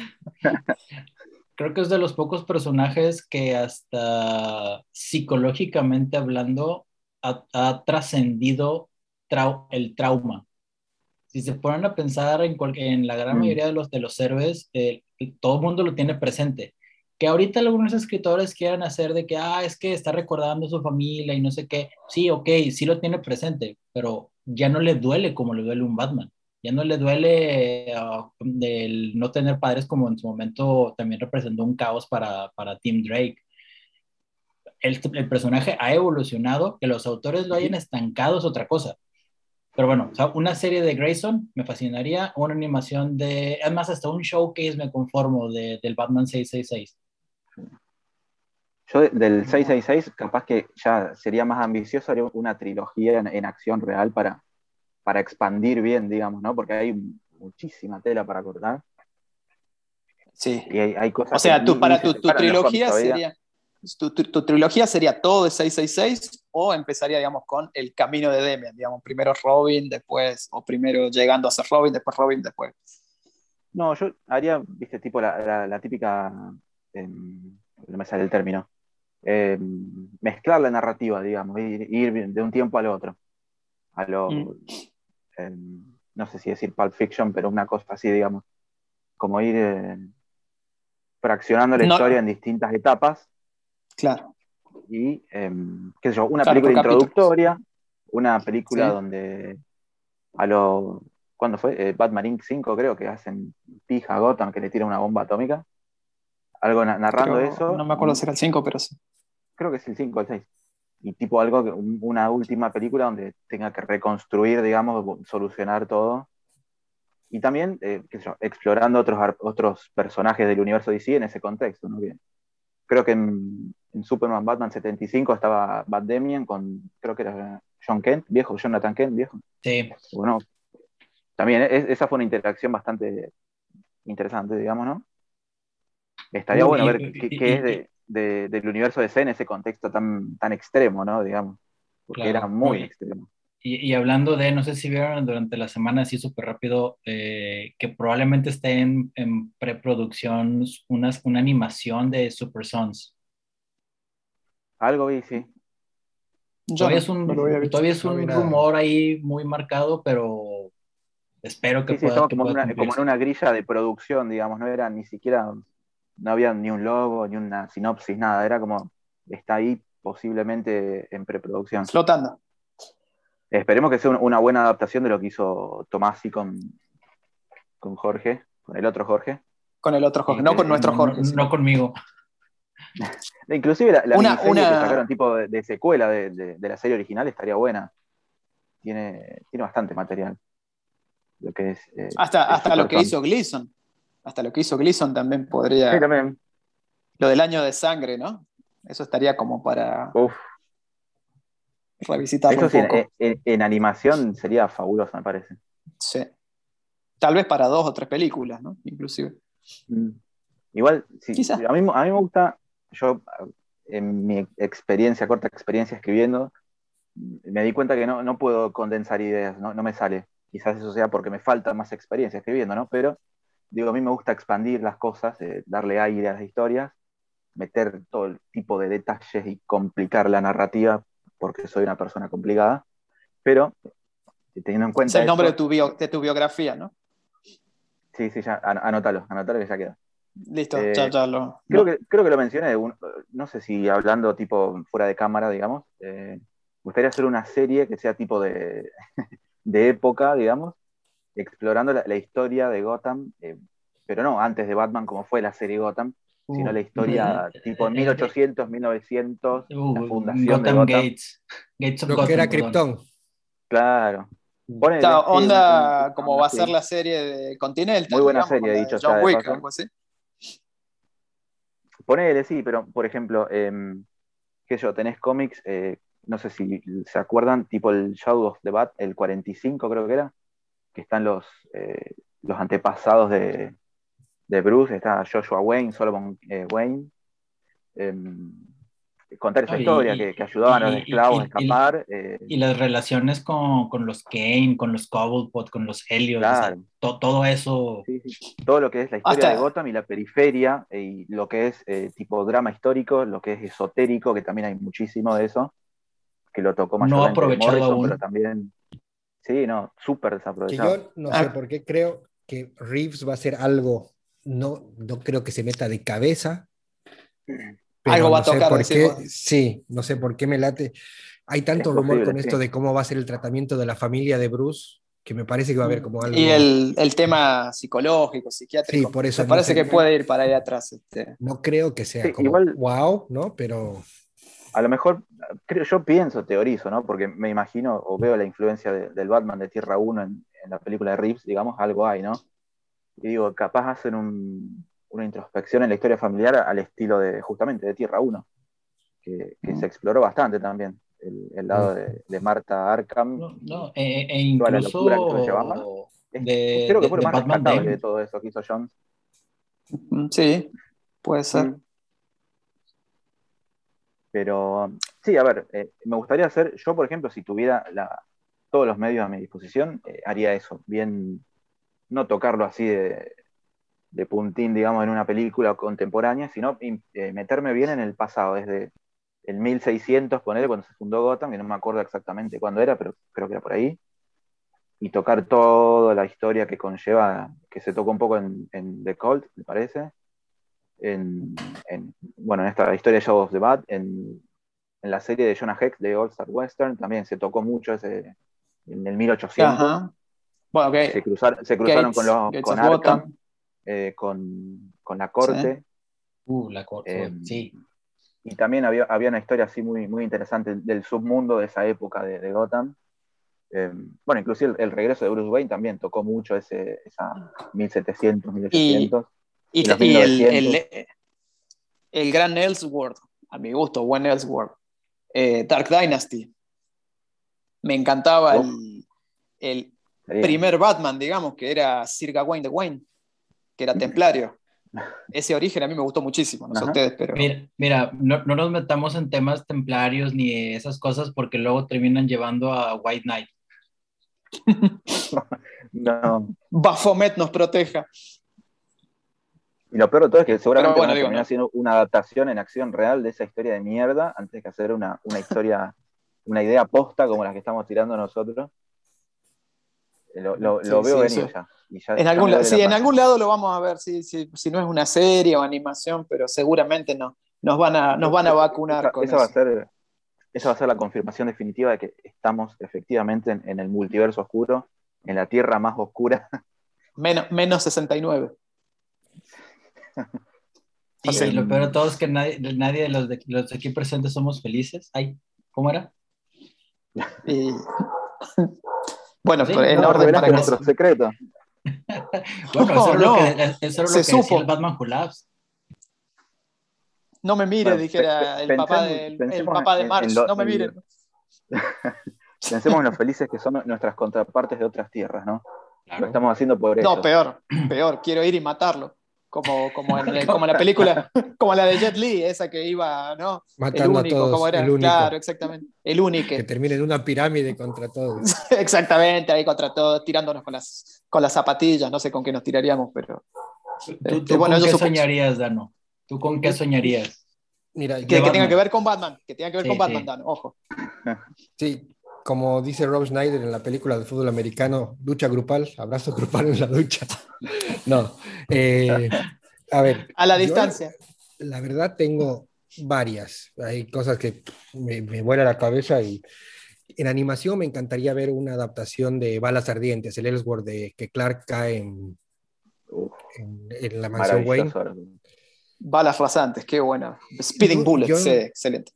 creo que es de los pocos personajes que hasta psicológicamente hablando ha, ha trascendido trau- el trauma. Si se ponen a pensar en, cual- en la gran Mm. mayoría de los, de los héroes, eh, todo el mundo lo tiene presente. Que ahorita algunos escritores quieran hacer de que, ah, es que está recordando a su familia y no sé qué. Sí, ok, sí lo tiene presente, pero ya no le duele como le duele un Batman. Ya no le duele uh, el no tener padres como en su momento también representó un caos para, para Tim Drake. El, el personaje ha evolucionado, que los autores lo hayan estancado es otra cosa. Pero bueno, o sea, una serie de Grayson me fascinaría, una animación de, además hasta un showcase me conformo de, del Batman seiscientos sesenta y seis. Yo de- del seiscientos sesenta y seis, capaz que ya sería más ambicioso, haría una trilogía en, en acción real para, para expandir bien, digamos, ¿no? Porque hay muchísima tela para cortar Sí. y hay, hay O cosas que sea, ni, tú, ni para se tu, tu tocaron en los cómics trilogía todavía. sería. Tu, tu- tu trilogía sería todo de seiscientos sesenta y seis o empezaría, digamos, con el camino de Demian, digamos, primero Robin, después, o primero llegando a ser Robin, después Robin, después. No, yo haría, viste, tipo la, la, la típica, eh, no me sale el término, eh, mezclar la narrativa, digamos, ir, ir de un tiempo al otro. A lo, Mm. eh, no sé si decir Pulp Fiction, pero una cosa así, digamos, como ir eh, fraccionando la No, historia en distintas etapas claro, y, eh, qué sé yo, una claro, película por capítulos. introductoria, una película Sí, donde a lo, ¿cuándo fue? Eh, Batman inc cinco creo que hacen pija a Gotham que le tira una bomba atómica, algo na- narrando creo, eso no me acuerdo y si era el cinco, pero sí. creo que es el cinco o el seis. Y tipo algo, que, una última película donde tenga que reconstruir, digamos, solucionar todo. Y también, eh, qué sé yo, explorando otros, otros personajes del universo D C en ese contexto, ¿no? Que creo que en, en Superman Batman setenta y cinco estaba Bat Damian con, creo que era John Kent, viejo, Jonathan Kent, viejo. Sí. Bueno, también es, esa fue una interacción bastante interesante, digamos, ¿no? Estaría Uy, bueno y, ver qué, qué es y- y- y- de, de, del universo D C en ese contexto tan, tan extremo, ¿no? Digamos, porque era claro, no, muy y, extremo. y- y hablando de, no sé si vieron durante la semana así súper rápido, eh, que probablemente esté en, en preproducción una, una animación de Super Sons. Algo vi, sí. Yo Todavía es no, no lo había un, visto. todavía es No vi un nada. rumor ahí muy marcado, pero espero que Sí, sí, pueda, estaba que como en pueda una, como en cumplirse. una grilla de producción, digamos, no era ni siquiera, no había ni un logo, ni una sinopsis, nada, era como, está ahí posiblemente en preproducción. Flotando. Esperemos que sea un- una buena adaptación de lo que hizo Tomasi con, con Jorge, con el otro Jorge. Con el otro Jorge, Sí, no con Eh, nuestro no, no, Jorge, no sino. conmigo. inclusive la, la Una, miniserie que sacaron una. tipo de, de secuela de, de- de la serie original estaría buena. tiene, tiene bastante material. Lo que es, eh, Hasta, es hasta lo que Superman. hizo Gleason. Hasta lo que hizo Gleason también podría. Sí, también. Lo del año de sangre, ¿no? Eso estaría como para Uf. revisitarlo Eso un sí, poco. en, en- en animación sería fabuloso, me parece. Sí. Tal vez para dos o tres películas, ¿no? Inclusive. Mm. Igual, sí, Quizás. a mí, a mí me gusta, yo en mi experiencia, corta experiencia escribiendo, me di cuenta que no, no puedo condensar ideas, no, no me sale. Quizás eso sea porque me falta más experiencia escribiendo, ¿no? Pero, digo, a mí me gusta expandir las cosas, eh, darle aire a las historias, meter todo el tipo de detalles y complicar la narrativa, porque soy una persona complicada. Pero, teniendo en Es cuenta el nombre de eso, tu, bio, de tu biografía, ¿no? sí, sí, ya, an- anótalo, anótalo que ya queda. Listo, ya, Eh, ya lo. creo, No. que, creo que lo mencioné, un- no sé si hablando tipo fuera de cámara, digamos. Eh, me gustaría hacer una serie que sea tipo de, de época, digamos, explorando la, la historia de Gotham, eh, pero no antes de Batman como fue la serie Gotham, sino Uh, la historia tipo en mil eh, eh, ochocientos, mil novecientos, la uh, fundación de Gotham Gotham. Gates. Gates of Lo que era Gotham, perdón. Krypton. Claro, Uh, ponele, Esta sí, un- un- onda como onda va a ser así. la serie de Muy Continental, buena digamos, serie, con la dicho de sea John de Wick, paso. algo así. Ponele, sí, pero por ejemplo, em, qué sé yo, tenés cómics, eh, no sé si se acuerdan, tipo el Shadow of the Bat, el cuarenta y cinco creo que era, que están los, eh, los antepasados de, de Bruce, está Joshua Wayne, Solomon eh, Wayne, eh, contar esa no, y, historia, que, que y, ayudaban a los y, esclavos a y, y, escapar, eh, y las relaciones con, con los Kane, con los Cobblepot, con los Helios, o sea, claro, to- todo eso. sí, sí. Todo lo que es la historia de Hasta, Gotham y la periferia, eh, y lo que es eh, tipo drama histórico, lo que es esotérico, que también hay muchísimo de eso, que lo tocó No mayormente aprovechado Morrison, pero aún. también, sí, no, súper Que desaprovechado. yo no sé ah, por qué creo que Reeves va a hacer algo, no, no creo que se meta de cabeza, pero algo va no a sé tocar, por decís qué, vos. sí, no sé por qué me late. Hay Es tanto rumor posible, con sí. esto de cómo va a ser el tratamiento de la familia de Bruce, que me parece que va a haber como Y algo, el, el tema psicológico, sí, psiquiátrico, por eso me no parece sé, que puede ir para ahí atrás. Este. no creo que sea Sí, como igual, wow, ¿no? Pero a lo mejor, creo, yo pienso, teorizo, ¿no? Porque me imagino o veo la influencia de, del Batman de Tierra uno en, en la película de Reeves, digamos, algo hay, ¿no? Y digo, capaz hacen un, una introspección en la historia familiar al estilo de, justamente, de Tierra uno, que, que se exploró bastante también, el, el lado mm, de, de Marta Arkham No, y no, e, e toda la locura que conllevaba. incluso Es, de, creo que de, fue lo de más Batman rescatable de Damned. todo eso que hizo Jones. Sí, puede ser. Mm. Pero sí, a ver, eh, me gustaría hacer, yo por ejemplo, si tuviera la, todos los medios a mi disposición, eh, haría eso, bien, no tocarlo así de, de puntín, digamos, en una película contemporánea, sino eh, meterme bien en el pasado, desde el mil seiscientos, ponerle cuando se fundó Gotham, que no me acuerdo exactamente cuándo era, pero creo que era por ahí, y tocar toda la historia que conlleva, que se tocó un poco en, en The Cult, me parece, en, en, bueno, en esta historia de Shadow of the Bat, en, en la serie de Jonah Hex de All Star Western, también se tocó mucho ese, en el mil ochocientos, Ajá. Bueno, se, que cruzar, se cruzaron con, Gates, los, Gates con of Arkham, Gotham. eh, con, con la Sí. corte, Uh, la cor- eh, sí. y también había, había una historia así muy, muy interesante del submundo de esa época de, de Gotham. Eh, bueno, inclusive el, el regreso de Bruce Wayne también tocó mucho ese, esa mil setecientos, Y, mil ochocientos, y, y los y el, mil novecientos. el, el gran Elseworld, a mi gusto, buen Elseworld. Eh, Dark Dynasty. Me encantaba Uf, el, el sería. primer Batman, digamos, que era Sir Gawain de Wayne, que era templario. Ese origen a mí me gustó muchísimo, no sé Ajá. ustedes, pero... Mira, mira no, no nos metamos en temas templarios ni esas cosas porque luego terminan llevando a White Knight. No. Baphomet nos proteja. Y lo peor de todo es que Pero seguramente van bueno, a digo, terminar ¿no? haciendo una adaptación en acción real de esa historia de mierda antes que hacer una, una historia, una idea posta como la que estamos tirando nosotros. Lo, lo, lo Sí, veo sí, venir eso. ya. Y ya, En ya me algún, duele la sí, en panza. algún lado lo vamos a ver, si, si, si no es una serie o animación, pero seguramente no. Nos van a, nos Yo van a creo que vacunar esa, con esa va a eso. ser, esa va a ser la confirmación definitiva de que estamos efectivamente en, en el multiverso oscuro, en la tierra más oscura. Menos, menos sesenta y nueve. O Y, sea, y lo peor de Em, todo es que nadie, nadie de los, de los aquí presentes somos felices. Ay, ¿cómo era? y Bueno, Sí, pero en No orden revelaste para que nuestro secreto. Bueno, No, eso era no. lo que, eso era lo Se que supo. decía el Batman Who Laughs. no me mire, Bueno, pe- dijera pe- el papá, pensemos, de, el, el pensemos papá de en, en Marge, lo, no me en miren. lo- pensemos en lo felices que son nuestras contrapartes de otras tierras, ¿no? Lo Claro. estamos haciendo por No, ellos. peor, peor, quiero ir y matarlo. Como, como, en, como en la película, como la de Jet Li, esa que iba, ¿no? El Matando a único, todos, ¿cómo era? el único. Claro, exactamente. El único. Que termine en una pirámide contra todos. Exactamente, ahí contra todos, tirándonos con las, con las zapatillas, no sé con qué nos tiraríamos, pero. ¿Tú, Este, tú bueno, con qué ellos supo- soñarías, Dano? ¿Tú con qué soñarías? Mira, que, De que tenga Batman. que ver con Batman, que tenga que ver Sí, con Batman, sí. Dan, ojo. sí, como dice Rob Schneider en la película de fútbol americano, ducha grupal, abrazo grupal en la ducha. No, eh, a ver, A la yo distancia. la verdad tengo varias. Hay cosas que me, me vuela la cabeza y en animación me encantaría ver una adaptación de Balas Ardientes, el Ellsworth de que Clark cae en, Uf, en, en la mansión Wayne. maravilloso. Balas rasantes, qué buena. Speeding Yo, Bullets, yo eh, excelente.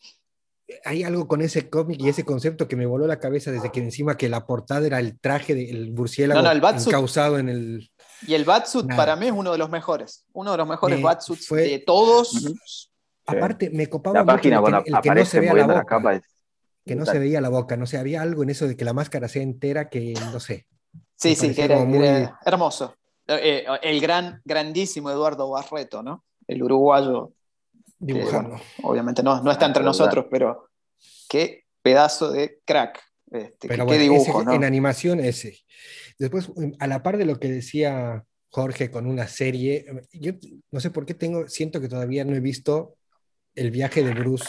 hay algo con ese cómic y ese concepto que me voló la cabeza desde que encima que la portada era el traje del No, murciélago no, el Batsuit. encauzado en el... Y el Batsuit Nada. para mí es uno de los mejores. Uno de los mejores Me Batsuits fue- de todos. Ujú. Aparte, me copaba La mucho página de que, cuando el que no aparece se vea la moviendo la boca, capa es que no brutal. se veía la boca, no sé, había algo en eso de que la máscara sea entera que, no sé, Sí, me sí, parecía era, como muy... era hermoso. Eh, el gran, grandísimo Eduardo Barreto, ¿no? El uruguayo, que dibujando. bueno, obviamente no, no está Ah, entre brutal. nosotros, pero qué pedazo de crack. Este, Pero qué, qué bueno, dibujo, ese, ¿no? en animación ese. Después, a la par de lo que decía Jorge con una serie, yo no sé por qué tengo, siento que todavía no he visto el viaje de Bruce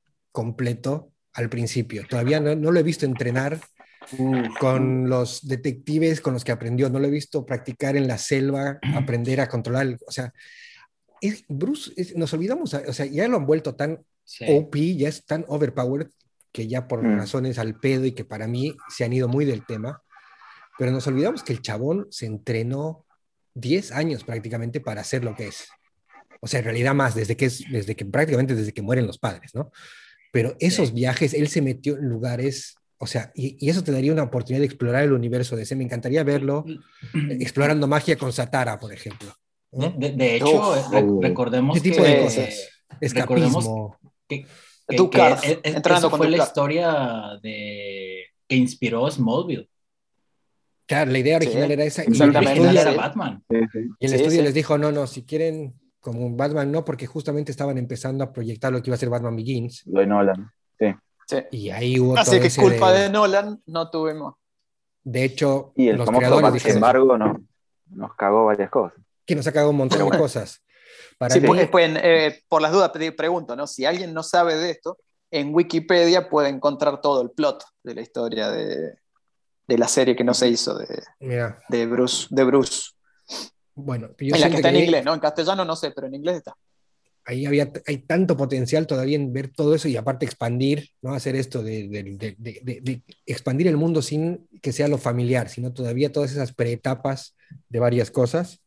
completo al principio. Todavía no, no lo he visto entrenar Uf, con los detectives con los que aprendió, no lo he visto practicar en la selva, aprender a controlar, el- o sea, es, Bruce, es- nos olvidamos, o sea, ya lo han vuelto tan sí. O P, ya es tan overpowered que ya por Mm. razones al pedo y que para mí se han ido muy del tema, pero nos olvidamos que el chabón se entrenó diez años prácticamente para hacer lo que es. O sea, en realidad más, desde que es, desde que prácticamente desde que mueren los padres, ¿no? Pero esos Sí. viajes, él se metió en lugares, o sea, y, y eso te daría una oportunidad de explorar el universo de ese. Me encantaría verlo eh, explorando magia con Satara, por ejemplo, De, ¿no? de- de hecho, Uf. re- Uh, recordemos Ese tipo de que, cosas. recordemos Escapismo. que, que, que Ducard, e- e- entrenando eso con fue la Ducard. historia de, que inspiró Smallville. Claro, la idea original Sí, era esa. La Y el idea exactamente, original estudio, era sí. Batman. Sí, sí. y el Sí, estudio sí. les dijo, no, no, si quieren como un Batman, no, porque justamente estaban empezando a proyectar lo que iba a ser Batman Begins. Lo de Nolan. Sí. Sí. Y ahí hubo Así todo que ese culpa de... de Nolan no tuvimos. De hecho, Y el los famoso creadores Batch dijeron Embargo nos, nos cagó varias cosas. que nos ha cagado un montón Pero de bueno. cosas. Para Sí, mí, pu- pueden, eh, por las dudas te pregunto, ¿no? Si alguien no sabe de esto, en Wikipedia puede encontrar todo el plot de la historia de, de la serie que no se hizo de, mira, de Bruce, de Bruce. bueno, yo En la que siento está que en ahí, inglés, ¿no? En castellano no sé, pero en inglés está. ahí había, hay tanto potencial todavía en ver todo eso y aparte expandir, ¿no? Hacer esto de, de, de, de, de, de expandir el mundo sin que sea lo familiar, sino todavía todas esas preetapas de varias cosas.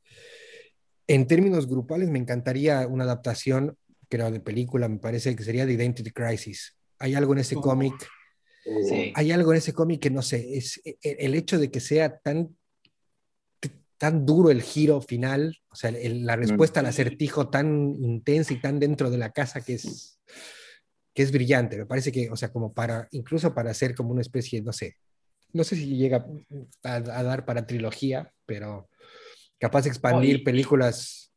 En términos grupales, me encantaría una adaptación, creo, de película, me parece que sería The Identity Crisis. Hay algo en ese Uh, cómic, Sí. hay algo en ese cómic que no sé, es el hecho de que sea tan, tan duro el giro final, o sea, el, la respuesta al acertijo tan intensa y tan dentro de la casa que es, que es brillante. Me parece que, o sea, como para, incluso para hacer como una especie, no sé, no sé si llega a, a dar para trilogía, pero capaz de No, expandir y, películas.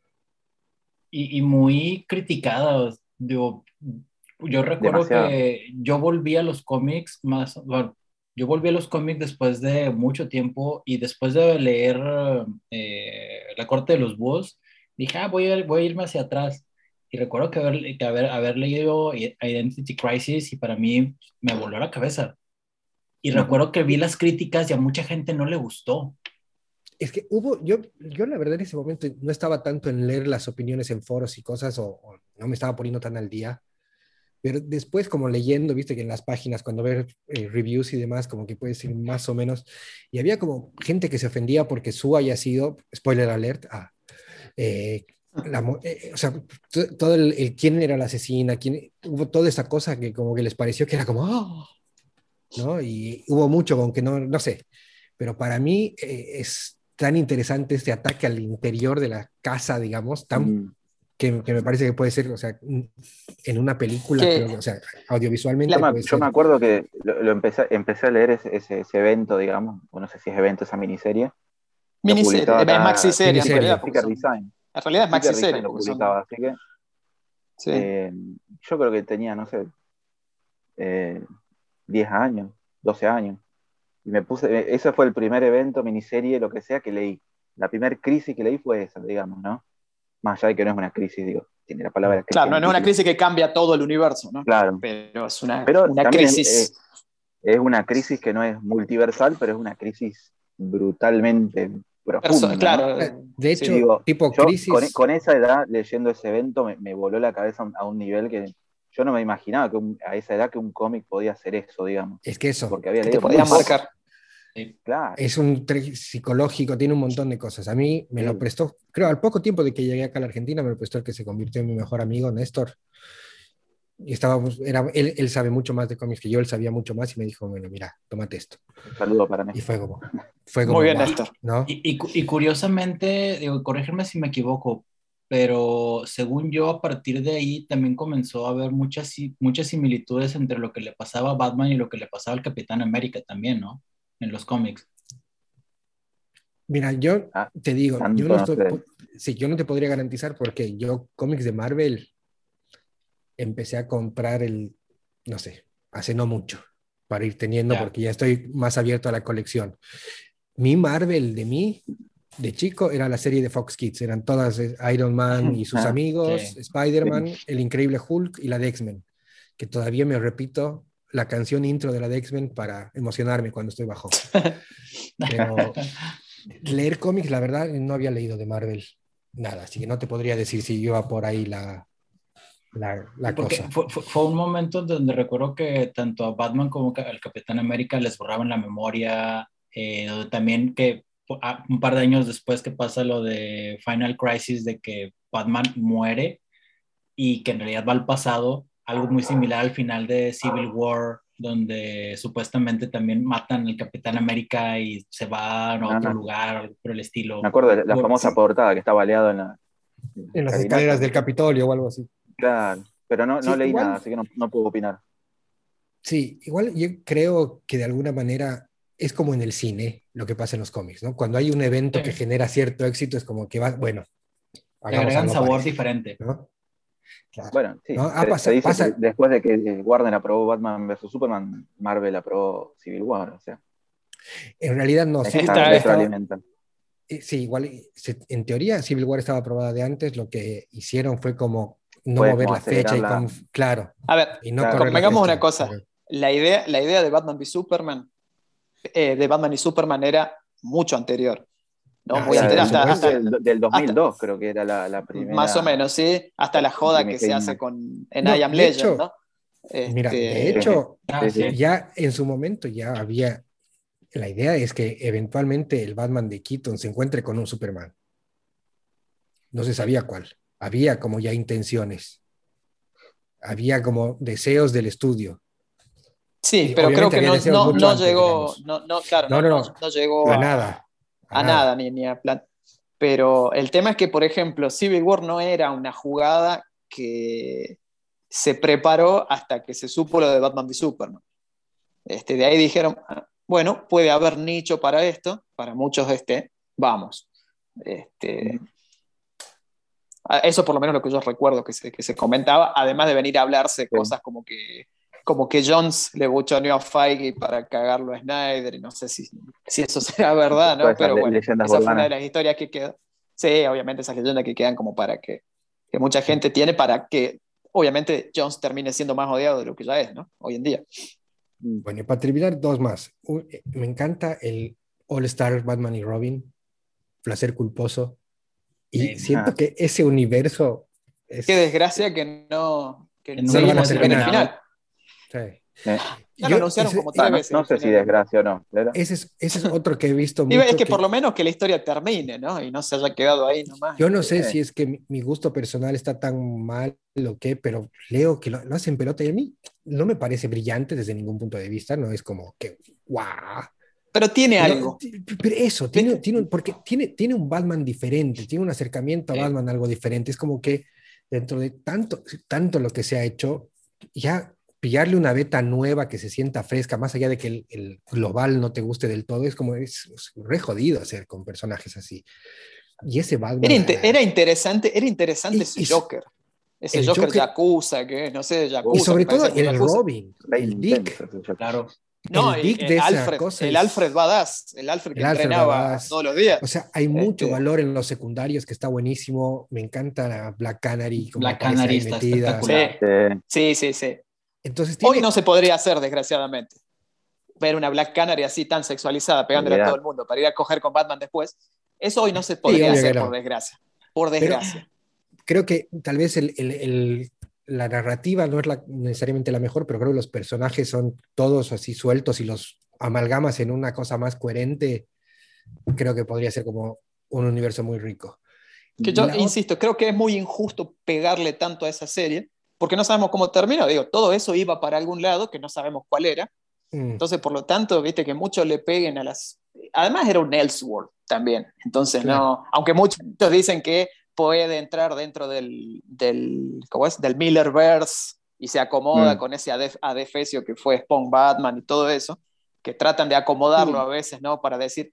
y, y muy criticadas. Digo, yo recuerdo Demasiado. que yo volví a los cómics más, bueno, yo volví a los cómics después de mucho tiempo y después de leer eh, La Corte de los Búhos, dije, ah, voy a, voy a irme hacia atrás. Y recuerdo que haber, que haber, haber leído Identity Crisis y para mí me voló la cabeza. Y Ujú. recuerdo que vi las críticas y a mucha gente no le gustó. Es que hubo, yo, yo la verdad en ese momento no estaba tanto en leer las opiniones en foros y cosas, o, o no me estaba poniendo tan al día, pero después como leyendo, viste que en las páginas cuando ves eh, reviews y demás, como que puedes ir más o menos, y había como gente que se ofendía porque su haya sido, spoiler alert, ah, eh, la, eh, o sea, todo el, el, quién era la asesina, quién, hubo toda esa cosa que como que les pareció que era como, oh, ¿no? Y hubo mucho con que no, no sé, pero para mí eh, es tan interesante este ataque al interior de la casa, digamos, tan, Mm. que, que me parece que puede ser, o sea, en una película, Que creo que, o sea, audiovisualmente Yo la, me, puede yo me ser. acuerdo que lo, lo empecé, empecé a leer ese, ese, ese evento, digamos, o no sé si es evento, esa miniserie, lo miniserie, publicaba es maxi acá serie en realidad, Miniserie. porque Sticker son. Design. En realidad es maxi Sticker serie, Design lo porque son. publicaba, así que Sí. eh, yo creo que tenía, no sé, eh, diez años, doce años. Y me puse, ese fue el primer evento, miniserie, lo que sea, que leí. La primera crisis que leí fue esa, digamos, ¿no? Más allá de que no es una crisis, digo, tiene la palabra crisis Claro, en no el no es una título. crisis que cambia todo el universo, ¿no? Claro. Pero es una, Pero una también es, crisis. es- es una crisis que no es multiversal, pero es una crisis brutalmente perso- profunda, ¿no? Eh, claro, De sí. hecho, Digo, tipo yo con, crisis, con esa edad, leyendo ese evento, me, me voló la cabeza a un, a un nivel que yo no me imaginaba que un- a esa edad que un cómic podía hacer eso, digamos, es que eso, porque había Que te leído muy podían poco. marcar. Sí. Claro, es un tri- psicológico, tiene un montón de cosas. A mí me lo sí. prestó, creo, al poco tiempo de que llegué acá a la Argentina, me lo prestó el que se convirtió en mi mejor amigo, Néstor. Y estábamos, era, él, él sabe mucho más de cómics que yo, él sabía mucho más y me dijo, bueno, mira, tómate esto. Un saludo para mí. Y fue como, fue Muy como, bien, wow, Néstor. ¿no? Y, y, cu- y curiosamente, digo, corrígeme si me equivoco, pero según yo, a partir de ahí también comenzó a haber muchas, si- muchas similitudes entre lo que le pasaba a Batman y lo que le pasaba al Capitán América también, ¿no? En los cómics. Mira, yo Ah, te digo, yo tanto no no estoy, sé. sí, yo no te podría garantizar porque yo cómics de Marvel empecé a comprar el, no sé, hace no mucho, para ir teniendo, Ya. porque ya estoy más abierto a la colección. Mi Marvel de mí, de chico, era la serie de Fox Kids, eran todas eh, Iron Man y sus Ah, amigos, Sí. Spider-Man, sí. el Increíble Hulk y la de X-Men, que todavía me repito la canción intro de la de X-Men para emocionarme cuando estoy bajo. Pero leer cómics, la verdad, no había leído de Marvel nada, así que no te podría decir si iba por ahí la, la, Sí, la porque cosa. fue, fue, fue un momento donde recuerdo que tanto a Batman como que al Capitán América les borraban la memoria, eh, donde también que a- un par de años después que pasa lo de Final Crisis, de que Batman muere y que en realidad va al pasado, algo muy similar al final de Civil War, donde supuestamente también matan al Capitán América y se van a otro Ah, lugar, algo por el me estilo. acuerdo de la Digo, famosa portada que está baleado en, la, en las En las escalinatas. escaleras del Capitolio o algo así. Claro, pero no, no Sí, leí nada, igual, así que no, no puedo opinar. sí, igual yo creo que de alguna manera es como en el cine lo que pasa en los cómics, ¿no? Cuando hay un evento que sí, genera cierto éxito, es como que va, bueno, le hagamos agregan algo sabor parecido, diferente. ¿no? Claro. Bueno, sí, ¿No? Ha se, se pasa, dice que pasa, después de que eh, Warner aprobó Batman versus Superman, Marvel aprobó Civil War, o sea, en realidad no, se Civil extra- War Esta se vez. estaba, extroalimentan. eh, sí, igual, eh, se- en teoría Civil War estaba aprobada de antes, lo que hicieron fue como no Puede mover como la fecha acelerar y la. con, claro, A ver, y no Claro, correr la convengamos una fecha. cosa. Pero, La idea, la idea de Batman v Superman, eh, de Batman y Superman era mucho anterior, ¿no? ah, Muy sí, claro, anterior, por del, hasta, antes supuesto. hasta, del, del hasta dos mil dos creo que era la, la más o primera menos, ¿sí? Hasta la versión joda que se hace primigenia. con, en I No, Am de Legend, hecho, ¿no? mira, de Sí, Este, hecho, Ah, sí, sí, sí. sí. ya en su momento ya había, la idea es que eventualmente el Batman de Keaton se encuentre con un Superman. No se sabía cuál. Había como ya intenciones, había como deseos del estudio. sí, Y pero creo obviamente que había no, deseos no, mucho no antes, llegó, digamos. no, no, claro, No, no, no, no, no, no llegó a a, nada, a a nada, nada. ni, ni a plan. Pero el tema es que, por ejemplo, Civil War no era una jugada que se preparó hasta que se supo lo de Batman v Superman. Este, de ahí dijeron, "Ah, bueno, puede haber nicho para esto, para muchos este, vamos. Este, eso por lo menos lo que yo recuerdo que se, que se comentaba, además de venir a hablarse Sí. cosas como que, como que Jones le buchoneó a Feige para cagarlo a Snyder, y no sé si, si eso será verdad, ¿no? Todas esas Pero le- bueno, leyendas esa fue una de urbanas. las historias que quedó. Sí, obviamente esas leyendas que quedan como para que, que mucha gente tiene para que, obviamente, Jones termine siendo más odiado de lo que ya es, ¿no? Hoy en día. Mm. Bueno, y para terminar, dos más. Un- eh, me encanta el All Star Batman y Robin, placer culposo. Y Sí. siento Ah, que ese universo Qué es, desgracia que no, que Que no se lo nunca van a vino fue sin ver el terminar. final. terminado. Sí. eh, Ya lo Yo, anunciaron ese, como ah, tres no, veces no el sé si final. desgracia o no, pero ese, es, ese es otro que he visto Y es mucho que por que lo menos que la historia termine, ¿no? Y no se haya quedado ahí nomás. yo no sé eh, si es que mi, mi gusto personal está tan mal o qué, pero leo que lo, lo hacen pelota y a mí no me parece brillante desde ningún punto de vista, no es como que, ¡guau! Pero tiene Pero, algo. pero eso, tiene, tiene, porque tiene, tiene un Batman diferente, tiene un acercamiento a Sí. Batman algo diferente. Es como que dentro de tanto, tanto lo que se ha hecho, ya pillarle una beta nueva que se sienta fresca, más allá de que el, el global no te guste del todo, es como, es, es re jodido hacer con personajes así. Y ese Batman... Era, inte- ah, era interesante, era interesante Y- ese y- Joker. Ese el Joker, Joker- Yakuza, que no sé, y Yakuza, sobre que todo parecía un el Yakuza. Robin, Re el intenso Dick, ese Joker. Claro. No, el y- Dick eh, de esa Alfred, cosa el es- Alfred Badass, el Alfred que el Alfred entrenaba Badass. todos los días. O sea, hay mucho Este, valor en los secundarios que está buenísimo. Me encanta la Black Canary, como Black aparece Canary ahí está metida. espectacular. Eh, sí, sí, sí. Entonces Hoy tiene, no se podría hacer, desgraciadamente, ver una Black Canary así tan sexualizada, pegándole a todo el mundo para ir a coger con Batman después. Eso hoy no se podría obvio que hacer, no. por desgracia. Por pero desgracia. creo que tal vez el, el- el- la narrativa no es la- necesariamente la mejor, pero creo que los personajes son todos así sueltos y los amalgamas en una cosa más coherente. Creo que podría ser como un universo muy rico. Que Y yo la ot- insisto, creo que es muy injusto pegarle tanto a esa serie, porque no sabemos cómo terminó. Digo, todo eso iba para algún lado, que no sabemos cuál era. Mm, Entonces, por lo tanto, viste que muchos le peguen a las... Además era un Elseworld también. Entonces, Claro. no... Aunque muchos dicen que puede entrar dentro del, del, ¿cómo es? Del Millerverse y se acomoda Mm. con ese adef adefesio que fue Spawn Batman y todo eso, que tratan de acomodarlo Sí. a veces, ¿no? Para decir...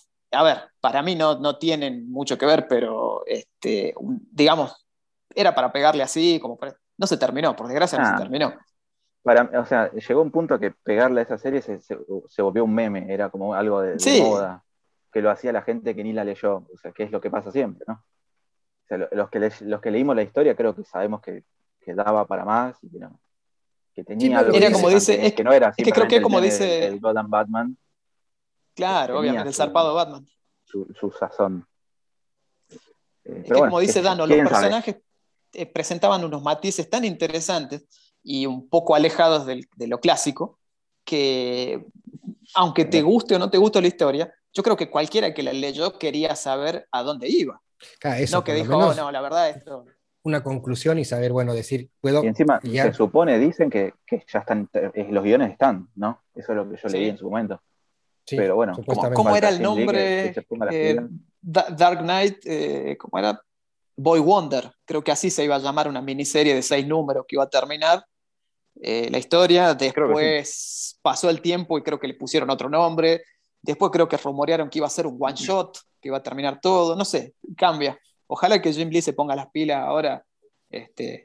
A ver, para mí no, no tienen mucho que ver, pero este, un- digamos, era para pegarle así, como para- no se terminó, por desgracia no Ah. se terminó. Para, o sea, llegó un punto que pegarle a esa serie se, se, se volvió un meme, era como algo de, de Sí. moda, que lo hacía la gente que ni la leyó, o sea, que es lo que pasa siempre, ¿no? O sea, lo- los, que le- los que leímos la historia creo que sabemos que, que daba para más y que, no, que tenía Sí, no, algo era interesante, como dice- que, es que no era es que creo simplemente que el como meme dice- del, del Gotham Batman, Claro, tenía obviamente, el su- zarpado Batman. su, su sazón. Eh, Es pero que bueno, como qué dice sé yo, Dano, los quién sabe. personajes eh, presentaban unos matices tan interesantes y un poco alejados del- de lo clásico, que aunque te guste o no te guste la historia, yo creo que cualquiera que la leyó quería saber a dónde iba. claro, eso, No que por lo dijo, menos oh, no, la verdad esto... una conclusión y saber, bueno, decir, puedo... Y encima ya, se supone, dicen que, que ya están, eh, los guiones están, ¿no? Eso es lo que yo Sí. leí en su momento. sí, Pero bueno, ¿Cómo, supuestamente. cómo falta era el Jim Lee que- nombre? que se ponga las Eh, pilas. Da- Dark Knight, eh, ¿cómo era? Boy Wonder, creo que así se iba a llamar una miniserie de seis números que iba a terminar eh, la historia. Creo que Después pasó el tiempo y creo que le pusieron otro nombre. Después creo que rumorearon que iba a ser un one shot, que iba a terminar todo. No sé, cambia. Ojalá que Jim Lee se ponga las pilas ahora. Este,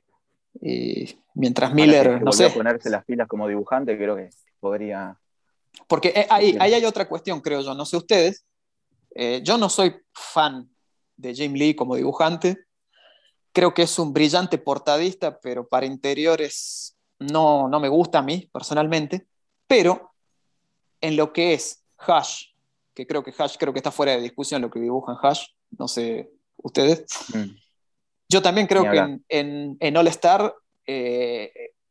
y mientras Ahora Miller, que, que no volvió sé. a ponerse las pilas como dibujante, creo que podría. Porque eh, ahí, ahí hay otra cuestión, creo yo. No sé ustedes. Eh, yo no soy fan de Jim Lee como dibujante. Creo que es un brillante portadista, pero para interiores no, no me gusta a mí personalmente. Pero en lo que es Hush, que creo que Hush creo que está fuera de discusión lo que dibujan Hush, no sé ustedes. Mm. Yo también creo Ni que hablar. en, en, en All Star, eh,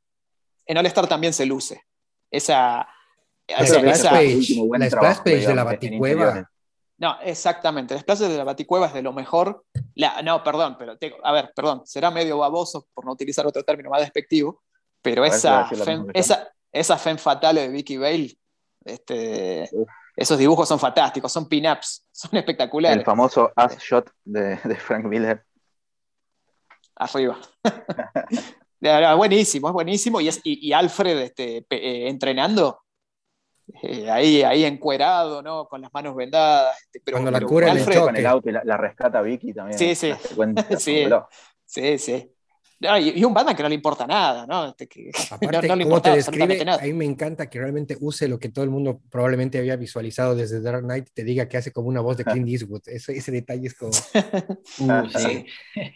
en All Star también se luce. Esa, La esa, creo que ese esa- fue su splash último buen la trabajo, splash page de la digamos, en- en Baticueva. interiores. No, exactamente. El Splash de la Baticueva es de lo mejor. La, no, perdón, pero tengo, a ver, perdón, será medio baboso por no utilizar otro término más despectivo, pero A ver si va a esa decir lo femme, mismo que yo. esa, esa femme fatale de Vicky Bale, este, Uf. esos dibujos son fantásticos, son pin-ups, son El espectaculares. famoso ass shot de, de Frank Miller. Arriba. No, no, buenísimo, es buenísimo. Y, es, y, y Alfred este, pe- eh, entrenando, eh, ahí, ahí encuerado, ¿no? Con las manos vendadas. Este, pero, Cuando la pero cura en el Alfred, choque. Con el auto y la, la rescata Vicky también. Sí, sí. La secuencia Sí. fabuló. Sí, sí. No, y, y un Batman que no le importa nada, ¿no? Este, que, Aparte, no, no le cómo te importaba describe, absolutamente nada. a mí me encanta que realmente use lo que todo el mundo probablemente había visualizado desde Dark Knight, te diga que hace como una voz de Clint Eastwood. Eso, ese detalle es como... Uh, sí.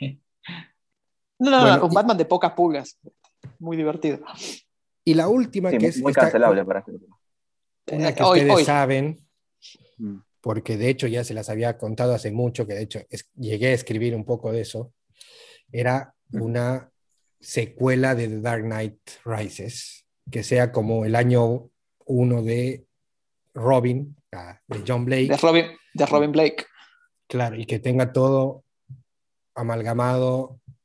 No, no, Bueno, no, un y- Batman de pocas pulgas. Muy divertido. Y la última, Sí, que muy, es muy esta- cancelable para este. una que Eh, hoy, ustedes hoy. saben, Mm. porque de hecho ya se las había contado hace mucho, que de hecho es- llegué a escribir un poco de eso, era una secuela de The Dark Knight Rises, que sea como el año uno de Robin, ah, de John Blake, De Robin, de Robin Blake. claro, y que tenga todo amalgamado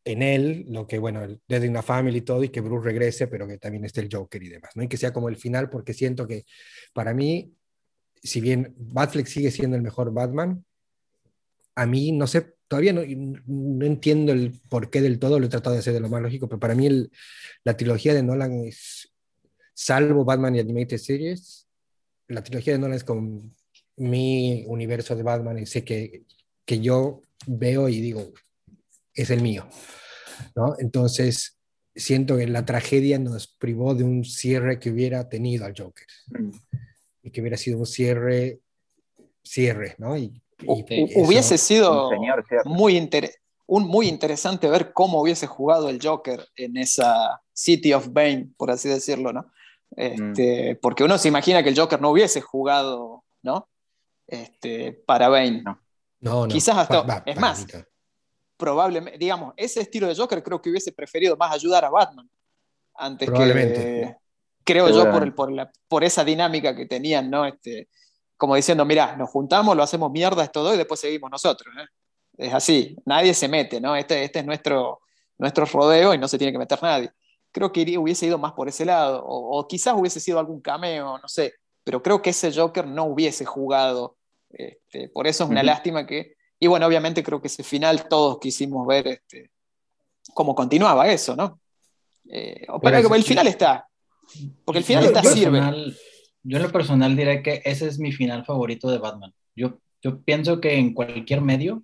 en él lo que, bueno, el Death in a Family y todo, y que Bruce regrese, pero que también esté el Joker y demás, ¿no? Y que sea como el final, porque siento que para mí, si bien Batfleck sigue siendo el mejor Batman, a mí, no sé, todavía no, no entiendo el porqué del todo, lo he tratado de hacer de lo más lógico, pero para mí el, la trilogía de Nolan es, salvo Batman y Animated Series, la trilogía de Nolan es como mi universo de Batman, ese que, que yo veo y digo, es el mío, ¿no? Entonces, siento que la tragedia nos privó de un cierre que hubiera tenido al Joker, Mm. y que hubiera sido un cierre, cierre, ¿no? Y, y Hu- eso, Hubiese Un sido señor cierre. muy, inter- un, muy interesante ver cómo hubiese jugado el Joker en esa City of Bane, por así decirlo, ¿no? Mm. Este, porque uno se imagina que el Joker no hubiese jugado, ¿no? Este, para Bane. No. no, no, Quizás va, hasta, va, es para mí más, no. probablemente, digamos, ese estilo de Joker creo que hubiese preferido más ayudar a Batman antes Probablemente. que, creo yo, por, el, Seguramente. por, la, por esa dinámica que tenían, ¿no? Este, como diciendo, mirá, nos juntamos, lo hacemos mierda, esto todo, y después seguimos nosotros, ¿eh? Es así, nadie se mete, ¿no? Este, este es nuestro, nuestro rodeo y no se tiene que meter nadie. Creo que iría, hubiese ido más por ese lado, o, o quizás hubiese sido algún cameo, no sé, pero creo que ese Joker no hubiese jugado. Este, por eso es una Ujú. lástima que. Y bueno, obviamente creo que ese final todos quisimos ver este, cómo continuaba eso, ¿no? Eh, Por pero eso, el final y está, porque el Yo final en yo, lo está, yo, sirve. personal, yo en lo personal diré que ese es mi final favorito de Batman. Yo, yo pienso que en cualquier medio,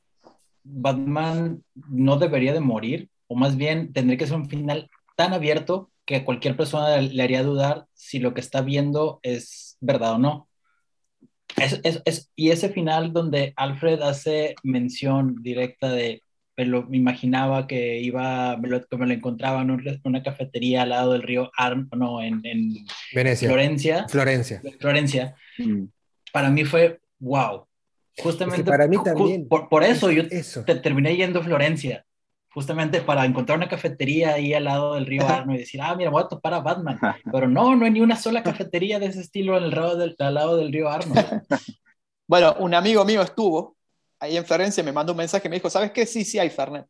Batman no debería de morir, o más bien tendría que ser un final tan abierto que a cualquier persona le, le haría dudar si lo que está viendo es verdad o no. Es, es, es, y ese final donde Alfred hace mención directa de, me lo me imaginaba que iba, me lo, que me lo encontraba en un res- una cafetería al lado del río Arno, no, en, en Venecia, Florencia, Florencia. Florencia, Mm. para mí fue wow. Es que Justamente para mí ju- ju- también por, por eso es yo eso. te, terminé yendo a Florencia, justamente para encontrar una cafetería ahí al lado del río Arno y decir, ah, mira, voy a topar a Batman. Pero no, no hay ni una sola cafetería de ese estilo en el lado del, al lado del río Arno. Bueno, un amigo mío estuvo ahí en Florencia, me mandó un mensaje y me dijo, ¿sabes qué? Sí, sí hay Fernet.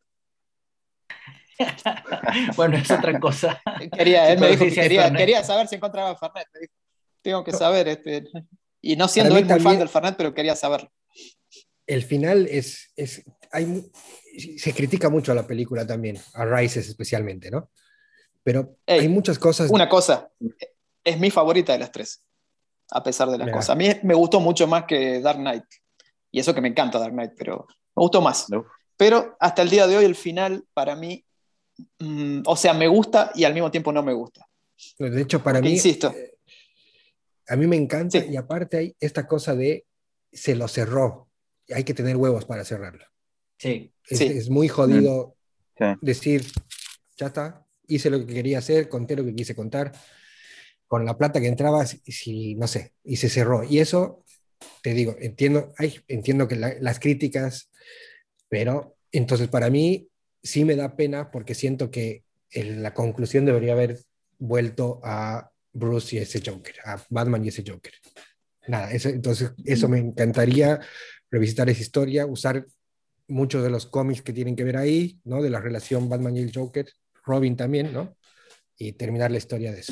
Bueno, es otra cosa. Quería, Sí, él me pero dijo sí, que sí hay quería, Fernet. quería saber si encontraba Fernet. Me dijo, tengo que No, saber. Este, y no para siendo mí él muy fan también del Fernet, pero quería saberlo. el final es, es hay, se critica mucho a la película también, a Rises especialmente, ¿no? Pero hay Hey, muchas cosas, una cosa, es mi favorita de las tres, a pesar de las cosas. mira, A mí me gustó mucho más que Dark Knight. Y eso que me encanta Dark Knight, pero me gustó más. Uf. Pero hasta el día de hoy, el final, para mí, mm, o sea, me gusta y al mismo tiempo no me gusta. de hecho para Porque, mí, insisto, eh, a mí me encanta y sí, aparte hay esta cosa de se lo cerró, hay que tener huevos para cerrarlo. Sí, Es, sí. es muy Mm. jodido Sí. decir, ya está, hice lo que quería hacer, conté lo que quise contar, con la plata que entraba, si, si, no sé, y se cerró. Y eso, te digo, entiendo, ay, entiendo que la, las críticas, pero entonces para mí sí me da pena porque siento que en la conclusión debería haber vuelto a Bruce y ese Joker, a Batman y ese Joker. Nada, eso, entonces eso Mm. me encantaría revisitar esa historia, usar muchos de los cómics que tienen que ver ahí, ¿no? De la relación Batman y el Joker, Robin también, ¿no? Y terminar la historia de eso.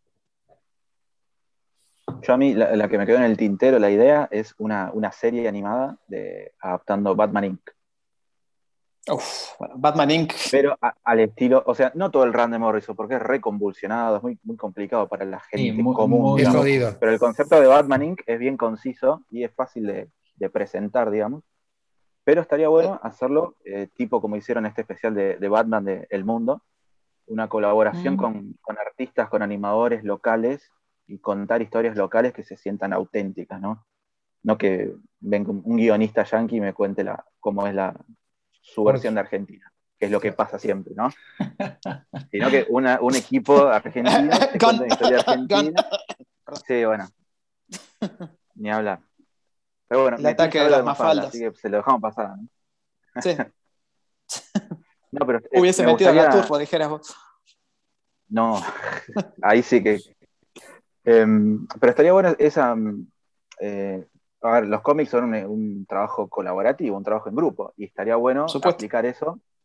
Yo a mí, la, la que me quedó en el tintero, la idea es una, una serie animada de, adaptando Batman inc Uf, bueno, Batman incorporated. Pero a- al estilo, o sea, no todo el run de Morrison, porque es re convulsionado, es muy, muy complicado para la sí, gente muy, común, muy Es digamos. loco. jodido. Pero el concepto de Batman inc es bien conciso y es fácil de, de presentar, digamos. Pero estaría bueno hacerlo eh, tipo como hicieron este especial de, de Batman de El Mundo, una colaboración Mm. con, con artistas, con animadores locales y contar historias locales que se sientan auténticas, ¿no? No que venga un, un guionista yankee y me cuente la, cómo es la, su versión de Argentina, que es lo que pasa siempre, ¿no? Sino que una, un equipo argentino te cuenta Gun, una historia gun. argentina. Sí, bueno, ni hablar. Pero bueno, El me tiene ataque ya de lo de las Mafalda, así mafaldas. que se lo dejamos pasar, ¿no? Sí, No, pero eh, hubiese me metido a gustaría. Gaturro, dijeras vos. No, ahí sí que. Eh, pero estaría bueno esa. eh, a ver, los cómics son un, un trabajo colaborativo, un trabajo en grupo, y estaría Por bueno supuesto. aplicar eso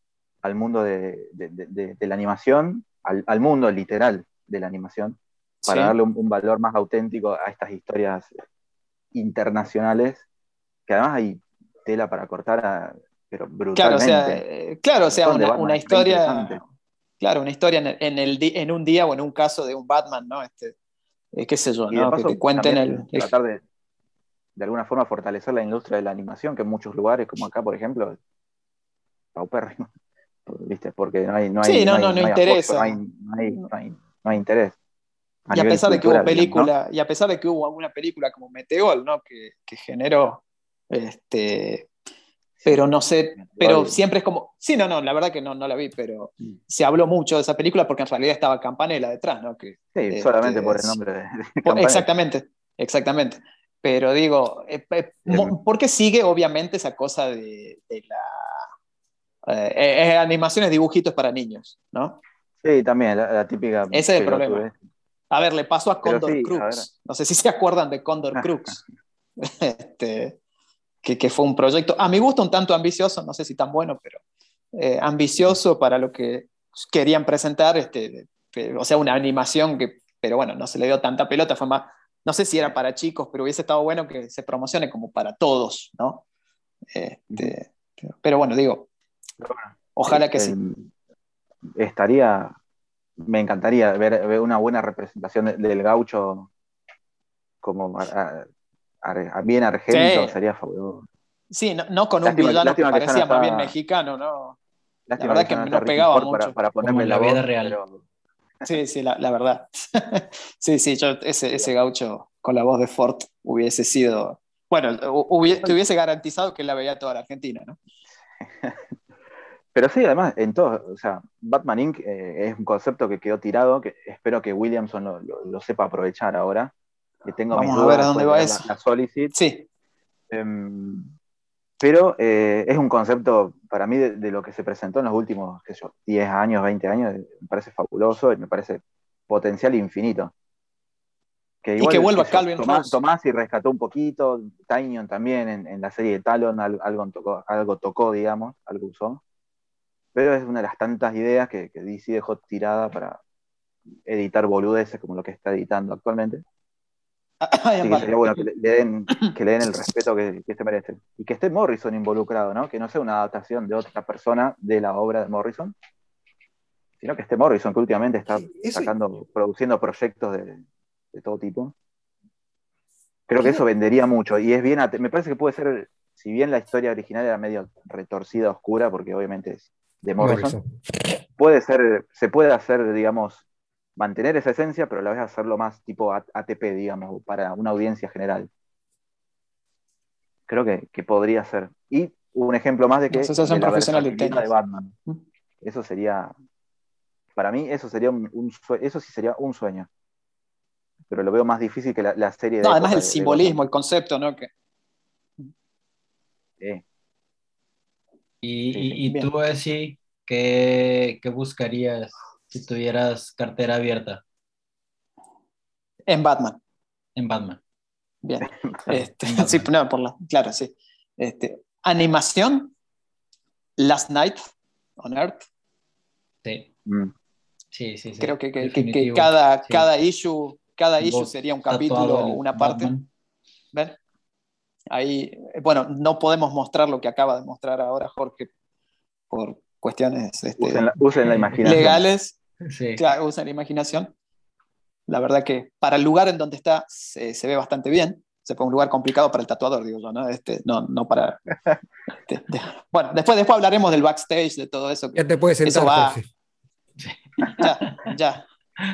al mundo de, de, de, de la animación, al, al mundo literal de la animación, para Sí. darle un, un valor más auténtico a estas historias internacionales, que además hay tela para cortar, a, pero Claro, o sea, brutalmente. eh, claro, o Un sea, montón de una, Batman una re historia, interesantes. claro, una historia en, en, el, di- en un día o en un caso de un Batman, ¿no? Este, eh, qué sé yo, Y de ¿no? Que te paso, cuenten el, también el- tratar de, de alguna forma, fortalecer la industria de la animación, que en muchos lugares, como acá, por ejemplo, es paupérrimo, ¿viste? Porque no hay, no Sí, hay, no no, hay, no, no no hay apoyo, no hay, interesa. no hay, no hay, no hay interés a Y a nivel pesar de que hubo cultural, digamos, ¿no? película, y a pesar de que hubo alguna película como Meteor, ¿no? Que, que generó, este, Sí, pero no sé, pero Meteor, siempre es como, sí, no, no, la verdad que no, no la vi, pero se habló mucho de esa película porque en realidad estaba Campanella detrás, ¿no? Que, sí, solamente este, por el es- nombre de, de por- Campanella. exactamente, exactamente. Pero digo, eh, eh, Em, mo- porque sigue obviamente esa cosa de, de la... eh, eh, animaciones, dibujitos para niños, ¿no? sí, también, la, la típica Ese es el problema. pelotudez. A ver, le pasó a Pero Condor sí, a ver. Crux. No sé si se acuerdan de Condor Crux. Este, que, que fue un proyecto, a mi gusto, un tanto ambicioso, no sé si tan bueno, pero eh, ambicioso para lo que querían presentar. Este, que- o sea, una animación que, pero bueno, no se le dio tanta pelota, fue más, no sé si era para chicos, pero hubiese estado bueno que se promocione como para todos, ¿no? Ujú. Este, pero bueno, digo, Pero bueno, sí, ojalá que sí. em, estaría, me encantaría ver, ver una buena representación de- del gaucho como a- a- a- bien Sí, argento, sería fabuloso. sí, no, no con un Lástima, que- villano que lástima que ya no parecía más bien está, mexicano, ¿no? La lástima verdad que que ya no está no Ricky pegaba Ford para, mucho. para como ponerle en la la vida voz, real. pero Sí, sí, la, la verdad. Sí, sí, yo ese, ese gaucho con la voz de Ford hubiese sido, bueno, hubie- te igual. hubiese garantizado que la veía toda la Argentina, ¿no? Pero sí, además, en todo, o sea, Batman incorporated. eh, es un concepto que quedó tirado, que espero que Williamson lo, lo- lo sepa aprovechar ahora, que tengo mis Vamos a ver dudas a dónde después de va ver eso. la, la Solicit. Sí, Em, pero eh, es un concepto, para mí, de, de lo que se presentó en los últimos, qué sé yo, diez años, veinte años, me parece fabuloso y me parece potencial infinito. Que y que igual, qué vuelva sé yo, Calvin Tomás, Rose. Tomás y rescató un poquito, Tynion también en, en la serie de Talon, algo, algo tocó, algo tocó, digamos, algo usó. Pero es una de las tantas ideas que, que D C dejó tirada para editar boludeces como lo que está editando actualmente. Ian Así que sería Butler. bueno que le, le den, que le den el respeto que, que se merece. Y que esté Morrison involucrado, ¿no? Que no sea una adaptación de otra persona de la obra de Morrison, sino que esté Morrison, que últimamente está Sí, eso, sacando, produciendo proyectos de, de todo tipo. Creo que eso quiero- vendería mucho. Y es bien, ate- me parece que puede ser, si bien la historia original era medio retorcida, oscura, porque obviamente es de Morrison, Morrison. puede ser, se puede hacer, digamos, mantener esa esencia, pero a la vez hacerlo más tipo A- ATP, digamos, para una audiencia general. Creo que, que podría ser. Y un ejemplo más de La que de Asociación la Profesional de versatilidad de Tenis. Batman. Eso sería, para mí, eso sería un, un sue- eso sí sería un sueño. Pero lo veo más difícil que la, la serie de No, además época el de, de Gotham. simbolismo, el concepto, ¿no? Que, Sí, sí, sí. Y, y, y bien. tú, así, ¿qué, qué buscarías si tuvieras cartera abierta En Batman. en Batman? Bien. Sí, Este, en sí, Batman. no, por la, claro, sí. Este, animación, Last Night on Earth. Sí, Mm. sí, sí, Creo sí, que, que, que- que definitivo. cada, Sí. cada issue, cada issue Vos sería un tatuado capítulo, el una parte. Batman. ¿Ven? Ahí, eh, bueno, no podemos mostrar lo que acaba de mostrar ahora Jorge por cuestiones Usen este, la, usen la imaginación. legales. Sí. Claro, usan la imaginación. La verdad que para el lugar en donde está se, se ve bastante bien. Se fue un lugar complicado para el tatuador, digo yo, ¿no? Este, no, no para. Este, de- bueno, después, después hablaremos del backstage, de todo eso. Que Ya te puedes eso sentar, va. Jorge. Ya, ya.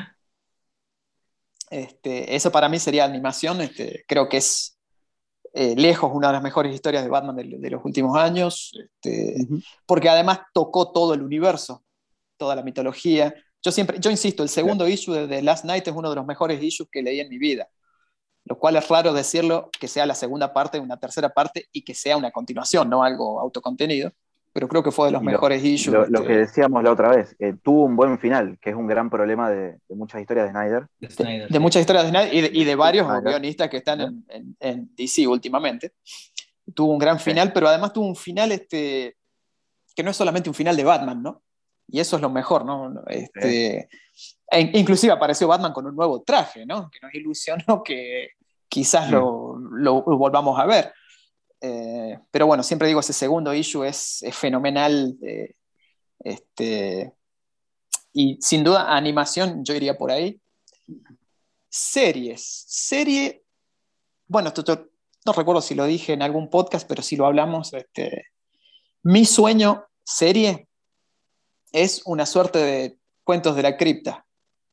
Este, eso para mí sería animación. Este, creo que es eh, lejos una de las mejores historias de Batman de, de los últimos años. Este, Ujú. porque además tocó todo el universo, toda la mitología. Yo siempre, yo insisto, el segundo issue de The Last Night es uno de los mejores issues que leí en mi vida. Lo cual es raro decirlo, que sea la segunda parte de una tercera parte y que sea una continuación, no algo autocontenido, pero creo que fue de los Y lo, mejores issues. lo, lo que Este, decíamos la otra vez, eh, tuvo un buen final, que es un gran problema de, de muchas historias de Snyder, De de, Snyder, de sí. muchas historias de Snyder y de, y de de Scott varios Snyder. guionistas que están ¿Eh? en, en, en D C últimamente. Tuvo un gran Sí. final, pero además tuvo un final este, que no es solamente un final de Batman, ¿no? Y eso es lo mejor, ¿no? Este, e inclusive apareció Batman con un nuevo traje, ¿no? Que nos ilusionó que quizás mm. lo, lo, lo volvamos a ver. Eh, pero bueno, siempre digo, ese segundo issue es, es fenomenal. Eh, este, y sin duda, animación, yo iría por ahí. Series. Serie, bueno, esto, esto, no recuerdo si lo dije en algún podcast, pero si lo hablamos. Este, mi sueño serie es una suerte de Cuentos de la Cripta.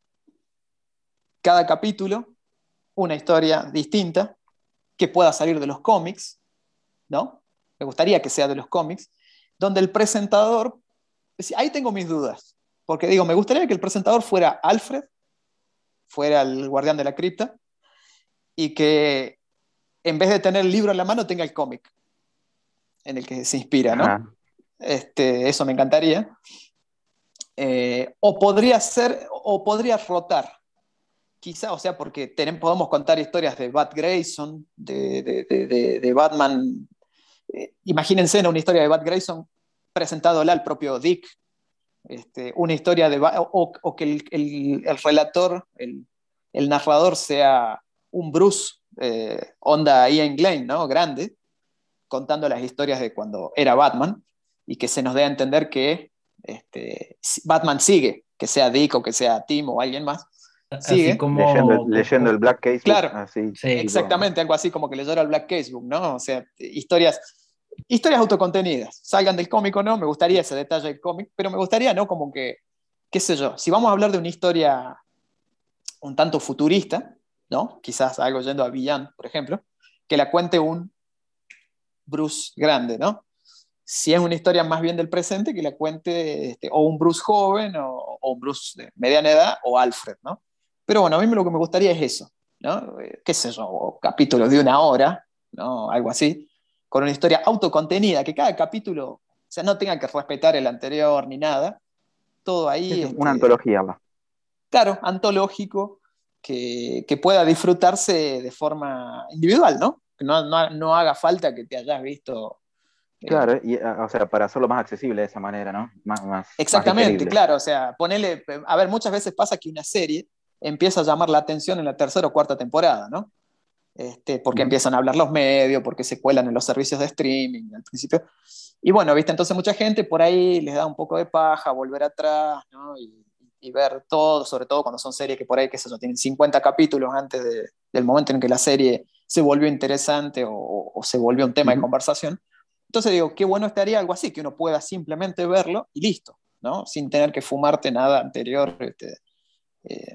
Cada capítulo, una historia distinta que pueda salir de los cómics, ¿no? Me gustaría que sea de los cómics, donde el presentador, ahí tengo mis dudas, porque digo, me gustaría que el presentador fuera Alfred, fuera el guardián de la cripta, y que en vez de tener el libro en la mano tenga el cómic en el que se inspira, ¿no? Este, eso me encantaría. Eh, o podría ser, o podría rotar, quizá, o sea, porque tenemos, podemos contar historias de Bat Grayson, de, de, de, de, de Batman. Eh, imagínense una historia de Bat Grayson presentándola al propio Dick, este, una historia de o, o que el, el, el relator, el, el narrador sea un Bruce, eh, onda Ian Glenn, ¿no? Grande, contando las historias de cuando era Batman, y que se nos dé a entender que este, Batman sigue, que sea Dick o que sea Tim o alguien más, sigue. Así como... Leyendo, leyendo el Black Casebook. Claro, así, sí, exactamente, algo así como que leyera el Black Casebook, ¿no? O sea, historias, historias autocontenidas, salgan del cómic o no, me gustaría ese detalle del cómic, pero me gustaría, ¿no? Como que, qué sé yo, si vamos a hablar de una historia un tanto futurista, ¿no? Quizás algo yendo a Villan, por ejemplo, que la cuente un Bruce grande, ¿no? Si es una historia más bien del presente, que la cuente este, o un Bruce joven o, o un Bruce de mediana edad o Alfred, ¿no? Pero bueno, a mí lo que me gustaría es eso, ¿no? Eh, qué sé yo, capítulos de una hora, ¿no? Algo así, con una historia autocontenida, que cada capítulo, o sea, no tenga que respetar el anterior ni nada, todo ahí. Es este, una antología, va. Claro, antológico, que, que pueda disfrutarse de forma individual, ¿no? Que no, no, no haga falta que te hayas visto. Claro, eh, y, o sea, para hacerlo más accesible de esa manera, ¿no? Más, más, Exactamente, más claro, o sea, ponele, a ver, muchas veces pasa que una serie empieza a llamar la atención en la tercera o cuarta temporada, ¿no? Este, porque uh-huh. empiezan a hablar los medios, porque se cuelan en los servicios de streaming al principio. Y bueno, viste, entonces mucha gente por ahí les da un poco de paja volver atrás, ¿no? Y, y ver todo, sobre todo cuando son series que por ahí, qué sé yo, tienen cincuenta capítulos antes de, del momento en que la serie se volvió interesante o, o se volvió un tema uh-huh. de conversación. Entonces digo, qué bueno estaría algo así, que uno pueda simplemente verlo y listo, ¿no? Sin tener que fumarte nada anterior. Este, eh,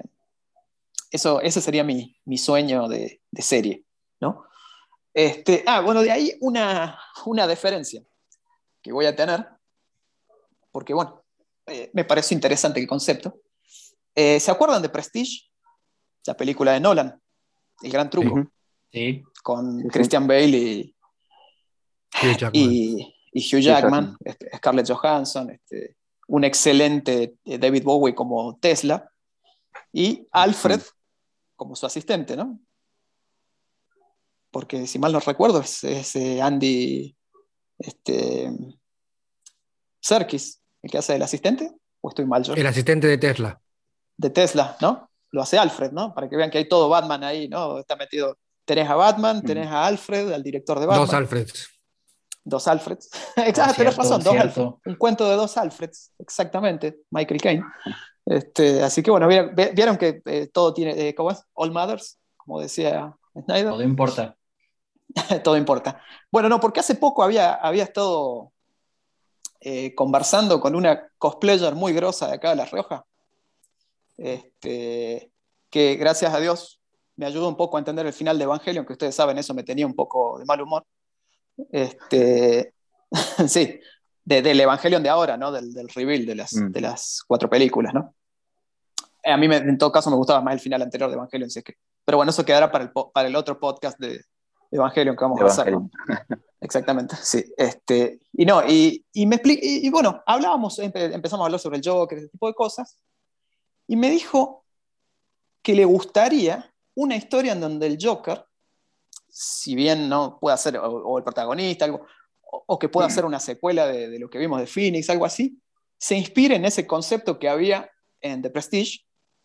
eso, ese sería mi, mi sueño de, de serie, ¿no? Este, ah, bueno, de ahí una, una deferencia que voy a tener, porque bueno, eh, me parece interesante el concepto. Eh, ¿Se acuerdan de Prestige? La película de Nolan, El Gran Truco. Sí. Con sí, Christian sí. Bale y Hugh Jackman. Y, y Hugh Jackman, Jackman. Este, Scarlett Johansson, este, un excelente David Bowie como Tesla, y Alfred sí. como su asistente, ¿no? Porque si mal no recuerdo es, es eh, Andy este, Serkis el que hace el asistente, ¿o estoy mal yo? El asistente de Tesla. De Tesla, ¿no? Lo hace Alfred, ¿no? Para que vean que hay todo Batman ahí, ¿no? Está metido, tenés a Batman, tenés a Alfred, al director de Batman. Dos Alfreds. Dos Alfreds. Exacto, oh, tenés razón, dos Alfreds. Un cuento de dos Alfreds, exactamente, Michael Caine. Este, así que bueno, vieron, vieron que eh, todo tiene, eh, ¿cómo es? All matters, como decía Snyder. Todo importa. Todo importa. Bueno, no, porque hace poco había, había estado eh, conversando con una cosplayer muy grosa de acá de La Rioja, este, que gracias a Dios me ayudó un poco a entender el final de Evangelion, que ustedes saben, eso me tenía un poco de mal humor. Este, sí, de, del Evangelion de ahora, ¿no? Del, del reveal de las, mm. de las cuatro películas, ¿no? A mí me, en todo caso me gustaba más el final anterior de Evangelion, si es que, pero bueno, eso quedará para el, para el otro podcast de, de Evangelion que vamos a hacer, ¿no? Exactamente, sí. Este, y no, y, y me expliqué, y, y bueno, hablábamos, empezamos a hablar sobre el Joker, ese tipo de cosas, y me dijo que le gustaría una historia en donde el Joker, si bien no pueda ser o, o el protagonista, algo, o, o que pueda ser una secuela de, de lo que vimos de Phoenix, algo así, se inspire en ese concepto que había en The Prestige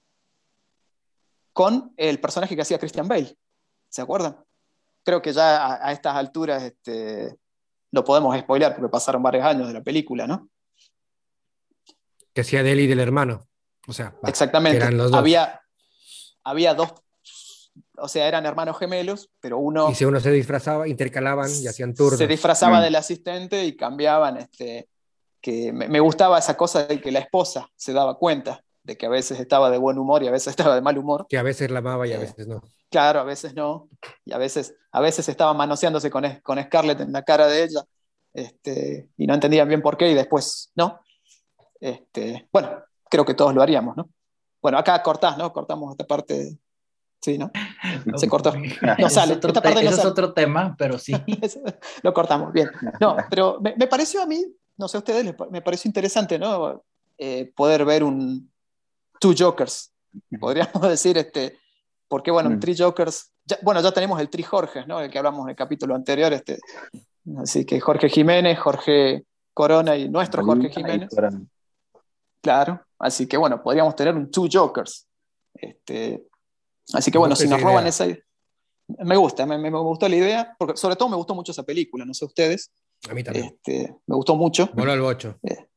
con el personaje que hacía Christian Bale. ¿Se acuerdan? Creo que ya a, a estas alturas este, lo podemos spoilear porque pasaron varios años de la película, ¿no? Que hacía de él y del hermano. O sea, va, exactamente. Eran los dos. Había, había dos, o sea, eran hermanos gemelos, pero uno... Y si uno se disfrazaba, intercalaban y hacían turnos. Se disfrazaba Mm. del asistente y cambiaban. Este, que me, me gustaba esa cosa de que la esposa se daba cuenta de que a veces estaba de buen humor y a veces estaba de mal humor. Que a veces la amaba y a Eh, veces no. Claro, a veces no. Y a veces, a veces estaba manoseándose con, con Scarlett en la cara de ella, este, y no entendían bien por qué y después no. Este, bueno, creo que todos lo haríamos, ¿no? Bueno, acá cortás, ¿no? Cortamos esta parte. Sí, ¿no? Se cortó. No Es sale. otro Esta te- parte no ese es sale. otro tema, pero sí. Lo cortamos, bien. No, pero me, me pareció a mí, no sé a ustedes, les pa- me pareció interesante, ¿no? Eh, poder ver un Two Jokers, podríamos decir, este, porque bueno, un Mm. Three Jokers, ya- bueno, ya tenemos el Three Jorges, ¿no? El que hablamos en el capítulo anterior, este, así que Jorge Jiménez, Jorge Corona y nuestro Jorge Molina y Jiménez, Corona. claro, así que bueno, podríamos tener un Two Jokers, este, así que Me bueno, gusta si nos esa roban idea. esa, me gusta, me, me, me gustó la idea, porque sobre todo me gustó mucho esa película, no sé ustedes, A mí también. este, me gustó mucho. Voló al bocho.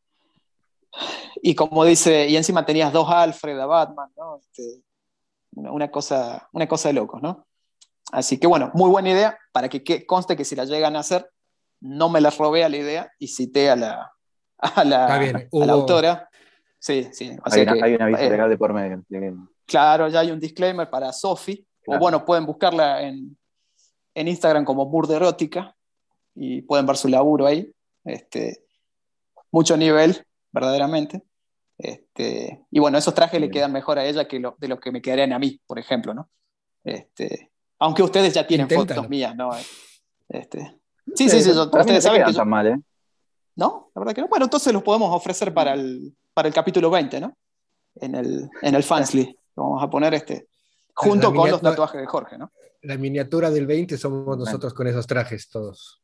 Y como dice, y encima tenías dos Alfred, a Batman, ¿no? Este, una, una cosa, una cosa de locos, ¿no? Así que bueno, muy buena idea, para que, que conste que si la llegan a hacer, no me la robé a la idea y cité a la, a la, Está bien, a hubo- la autora. Sí, sí. O Hay, sea una- que, hay un aviso eh, legal de por medio. que- claro, ya hay un disclaimer para Sophie, Claro. o bueno, pueden buscarla en, en Instagram como Burderótica y pueden ver su laburo ahí. Este, mucho nivel, verdaderamente. Este, y bueno, esos trajes le Bien. quedan mejor a ella que lo, de los que me quedarían a mí, por ejemplo, ¿no? Este, aunque ustedes ya tienen Inténtalo. fotos mías, ¿no? Este, sí, sí, sí, yo- Para mí no ustedes te saben quedan que yo, tan mal, ¿eh? ¿no? La verdad que no. Bueno, entonces los podemos ofrecer para el, para el capítulo veinte, ¿no? En el, en el Fansly. Lo vamos a poner este, junto La con los miniatura- tatuajes de Jorge, ¿no? La miniatura del veinte somos Bueno. nosotros con esos trajes todos.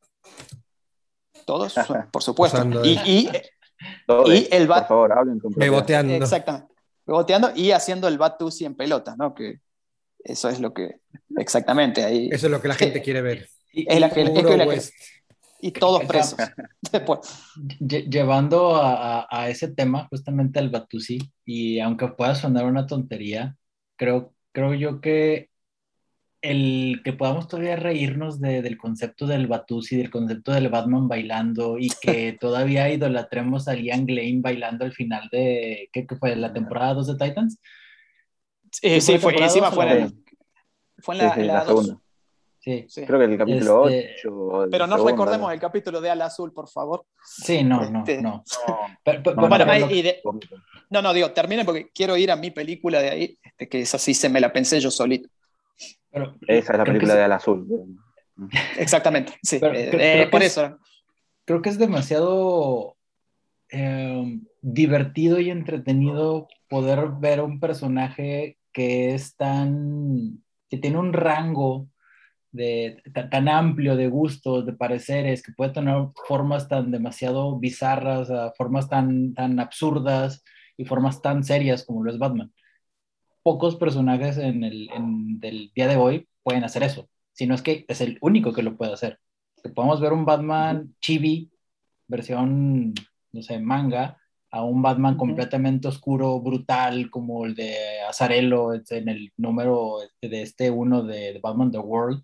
Todos, por supuesto. Usando Y, el- y, Todos, Y el por bat- favor, hablen con propiedad. Beboteando. exactamente. Beboteando y haciendo el Batusi en pelota, ¿no? Que eso es lo que. Exactamente. Ahí. Eso es lo que la gente quiere ver. Y, Es la que- es que Puro la que- West. Y todos Acá- presos. Después. lle- llevando a, a- a ese tema, justamente al Batusi, y aunque pueda sonar una tontería, creo, creo yo que el que podamos todavía reírnos de- del concepto del Batusi, del concepto del Batman bailando, y que todavía idolatremos a Ian Glein bailando al final de, ¿qué, qué fue? ¿La temporada dos de Titans? Eh, ¿Sí sí, fue fue, la encima temporada fue dos en, o el- fue en Sí, la, sí, en la la dos. segunda. Sí, Sí. Creo que el capítulo Este, ocho. el Pero no segundo, recordemos ¿no? el capítulo de Ala Azul, por favor. sí, no, no, Este, no. No, Pero- pero- no, pero bueno, lo- ahí- y de- poquito. no, no, digo, terminen porque quiero ir a mi película de ahí, este, que esa sí se me la pensé yo solito. pero- Esa es la creo que película sí- de Al Azul. Exactamente, sí. Pero eh, creo- eh, creo que por es- eso. creo que es demasiado eh, divertido y entretenido poder ver un personaje que es tan, que tiene un rango de, ta- tan amplio de gustos, de pareceres, que puede tener formas tan demasiado bizarras, a formas tan, tan absurdas y formas tan serias como lo es Batman. Pocos personajes en el en del día de hoy pueden hacer eso, si no es que es el único que lo puede hacer. Que podemos ver un Batman chibi, versión, no sé, manga, a un Batman Ujú. completamente oscuro, brutal, como el de Azzarello en el número de este uno de, de Batman The World.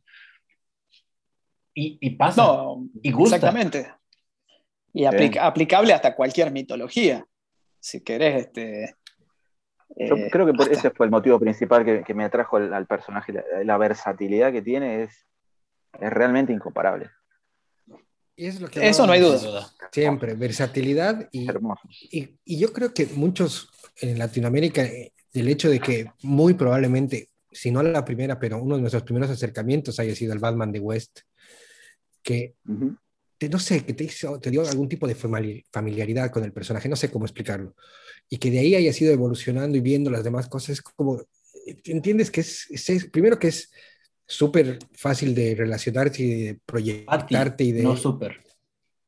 Y, y pasa, No, y gusta. exactamente. Y aplica- aplicable hasta cualquier mitología. Si querés, este. Yo eh, creo que por hasta- ese fue el motivo principal que, que me atrajo al, al personaje. La, la versatilidad que tiene es, es realmente incomparable. Y es lo que Eso no hay hablábamos Sin duda. siempre, versatilidad y, Hermoso. y, y yo creo que muchos en Latinoamérica, eh, el hecho de que muy probablemente, si no la primera, pero uno de nuestros primeros acercamientos haya sido el Batman de West, que Ujú. te, no sé, que te, hizo, te dio algún tipo de famili- familiaridad con el personaje, no sé cómo explicarlo, y que de ahí haya sido evolucionando y viendo las demás cosas, como, eh, entiendes que es, es- es- primero que es súper fácil de relacionarse y de Pati, proyectarte y de... no súper.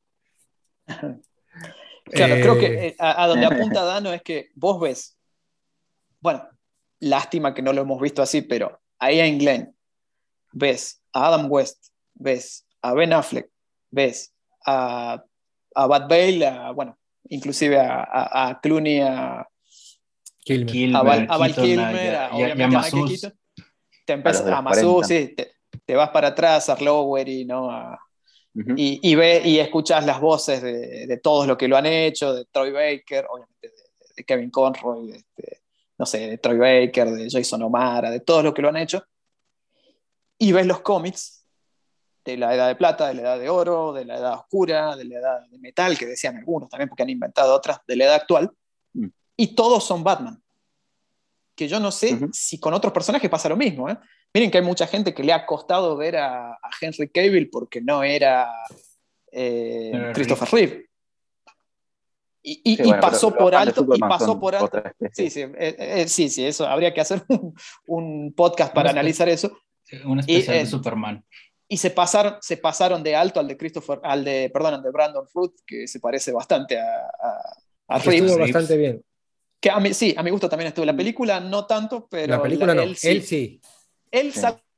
Claro, creo que Eh, eh, a, a donde apunta Dano es que vos ves, bueno, lástima que no lo hemos visto así, pero a Ian Glenn, ves a Adam West, ves a Ben Affleck, ves a, a Bad Bale, a, bueno, inclusive a, a, a Clooney, a, Kilmer. a, Val, Kilmer, a Val Keaton, a, Kilmer, ya, a, ya, ya obviamente a Michael Masus. Keaton, te A los empiezas de a los Masu, cuarenta. sí, te, te vas para atrás, a Lowery, ¿no? A, Ujú. y, y, ve, y escuchas las voces de, de todos los que lo han hecho, de Troy Baker, obviamente de, de Kevin Conroy, de, de, no sé, de Troy Baker, de Jason O'Mara, de todos los que lo han hecho, y ves los cómics de la edad de plata, de la edad de oro, de la edad oscura, de la edad de metal, que decían algunos también porque han inventado otras, de la edad actual, Mm. y todos son Batman. Que yo no sé Ujú. si con otros personajes pasa lo mismo. ¿eh? Miren que hay mucha gente que le ha costado ver a, a Henry Cavill porque no era eh, Pero Christopher Rick. Reeve. Y, y, Sí, y bueno, pero pasó los por fans de alto, y Superman pasó son por alto. otra especie. Sí, sí, eh, eh, sí, sí, eso habría que hacer un, un podcast para Una espe- analizar eso. Un Y, especial de eh, Superman. y se pasaron, se pasaron de alto al de Christopher, al de, perdón, al de Brandon Fruit, que se parece bastante a, a, a Que estuvo Reeves. Reeves. bastante bien. Que a mí, sí, a mi gusto también estuvo. La película no tanto, La pero la, película él no, él sí. sí. Él Sí. salva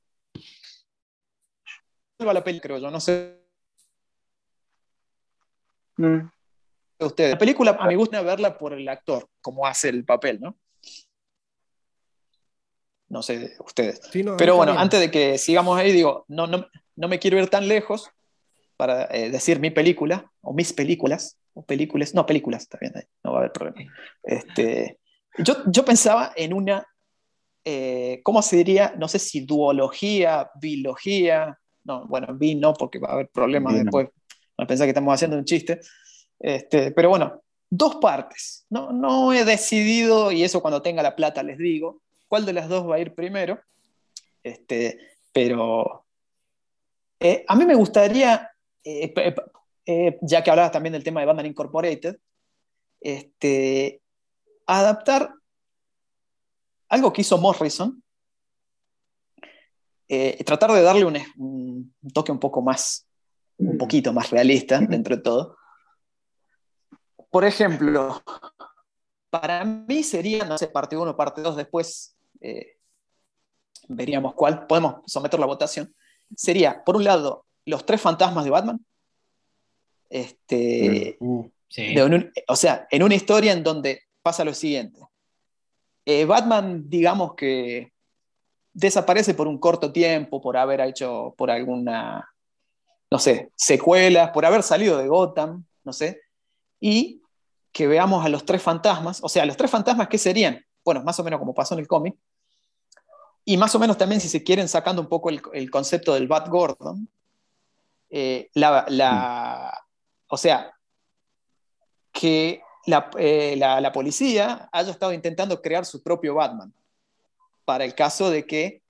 la película, creo yo. No sé Mm. ustedes. La película, a mi gusto, es verla por el actor, como hace el papel, ¿no? No sé ustedes. Sí, no, a mí Pero bueno, también. antes de que sigamos ahí, digo, no, no, no me quiero ir tan lejos para eh, decir mi película, o mis películas, o películas, no, películas, está bien, no va a haber problema. Este, yo, yo pensaba en una, eh, ¿cómo se diría? No sé si duología, bilogía, no, bueno, bi no, porque va a haber problemas Vino. después, van a pensar que estamos haciendo un chiste, este, pero bueno, dos partes, no, no he decidido, y eso cuando tenga la plata les digo, cuál de las dos va a ir primero, este, pero eh, a mí me gustaría, eh, eh, eh, ya que hablabas también del tema de Batman Incorporated, este, adaptar algo que hizo Morrison, eh, tratar de darle un, un, toque un poco más, un poquito más realista dentro de todo. Por ejemplo, para mí sería, no sé, parte uno, parte dos, después eh, veríamos cuál, podemos someterlo a votación. Sería, por un lado, los tres fantasmas de Batman. Este, Uh, sí. de un, o sea, en una historia en donde pasa lo siguiente. Eh, Batman, digamos que desaparece por un corto tiempo, por haber hecho, por alguna, no sé, secuelas, por haber salido de Gotham, no sé, y que veamos a los tres fantasmas, o sea, los tres fantasmas, ¿qué serían? Bueno, más o menos como pasó en el cómic, y más o menos también, si se quieren, sacando un poco el, el concepto del Bat Gordon, eh, la, la, o sea, que la, eh, la, la policía haya estado intentando crear su propio Batman, para el caso de que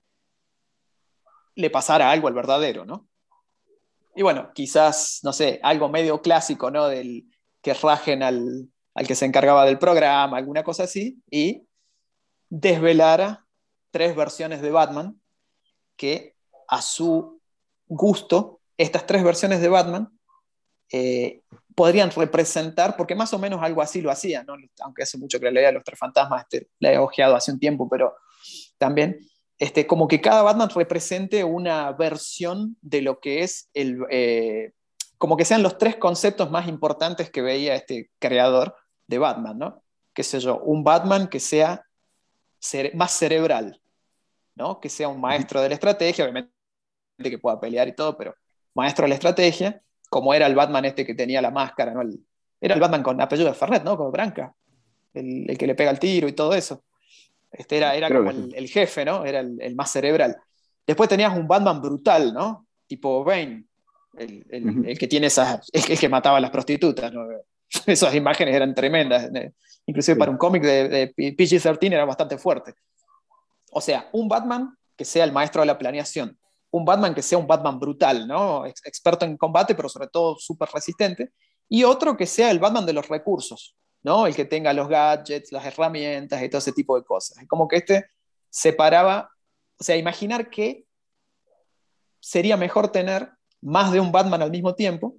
le pasara algo al verdadero, ¿no? Y bueno, quizás, no sé, algo medio clásico, ¿no? Del que rajen al, al que se encargaba del programa, alguna cosa así, y desvelara tres versiones de Batman que a su gusto, estas tres versiones de Batman eh, podrían representar, porque más o menos algo así lo hacía, ¿no? Aunque hace mucho que le leía Los Tres Fantasmas, este, la he ojeado hace un tiempo, pero también este, como que cada Batman represente una versión de lo que es el... Eh, como que sean los tres conceptos más importantes que veía este creador de Batman, ¿no? Qué sé yo, un Batman que sea cere más cerebral, ¿no? Que sea un maestro de la estrategia, obviamente que pueda pelear y todo, pero maestro de la estrategia, como era el Batman este que tenía la máscara, ¿no? El, era el Batman con apellido de Ferret, ¿no? Como Branca, el, el que le pega el tiro y todo eso. Este era, era Creo como que sí. el, el jefe, ¿no? Era el, el más cerebral. Después tenías un Batman brutal, ¿no? Tipo Bane, el, el, Ujú. el que tiene esas, el, el que mataba a las prostitutas, ¿no? Esas imágenes eran tremendas. Inclusive Sí. para un cómic de, de P G trece era bastante fuerte. O sea, un Batman que sea el maestro de la planeación, un Batman que sea un Batman brutal, ¿no? Ex experto en combate, pero sobre todo súper resistente, y otro que sea el Batman de los recursos, ¿no? El que tenga los gadgets, las herramientas y todo ese tipo de cosas. Es como que este separaba, o sea, imaginar que sería mejor tener más de un Batman al mismo tiempo,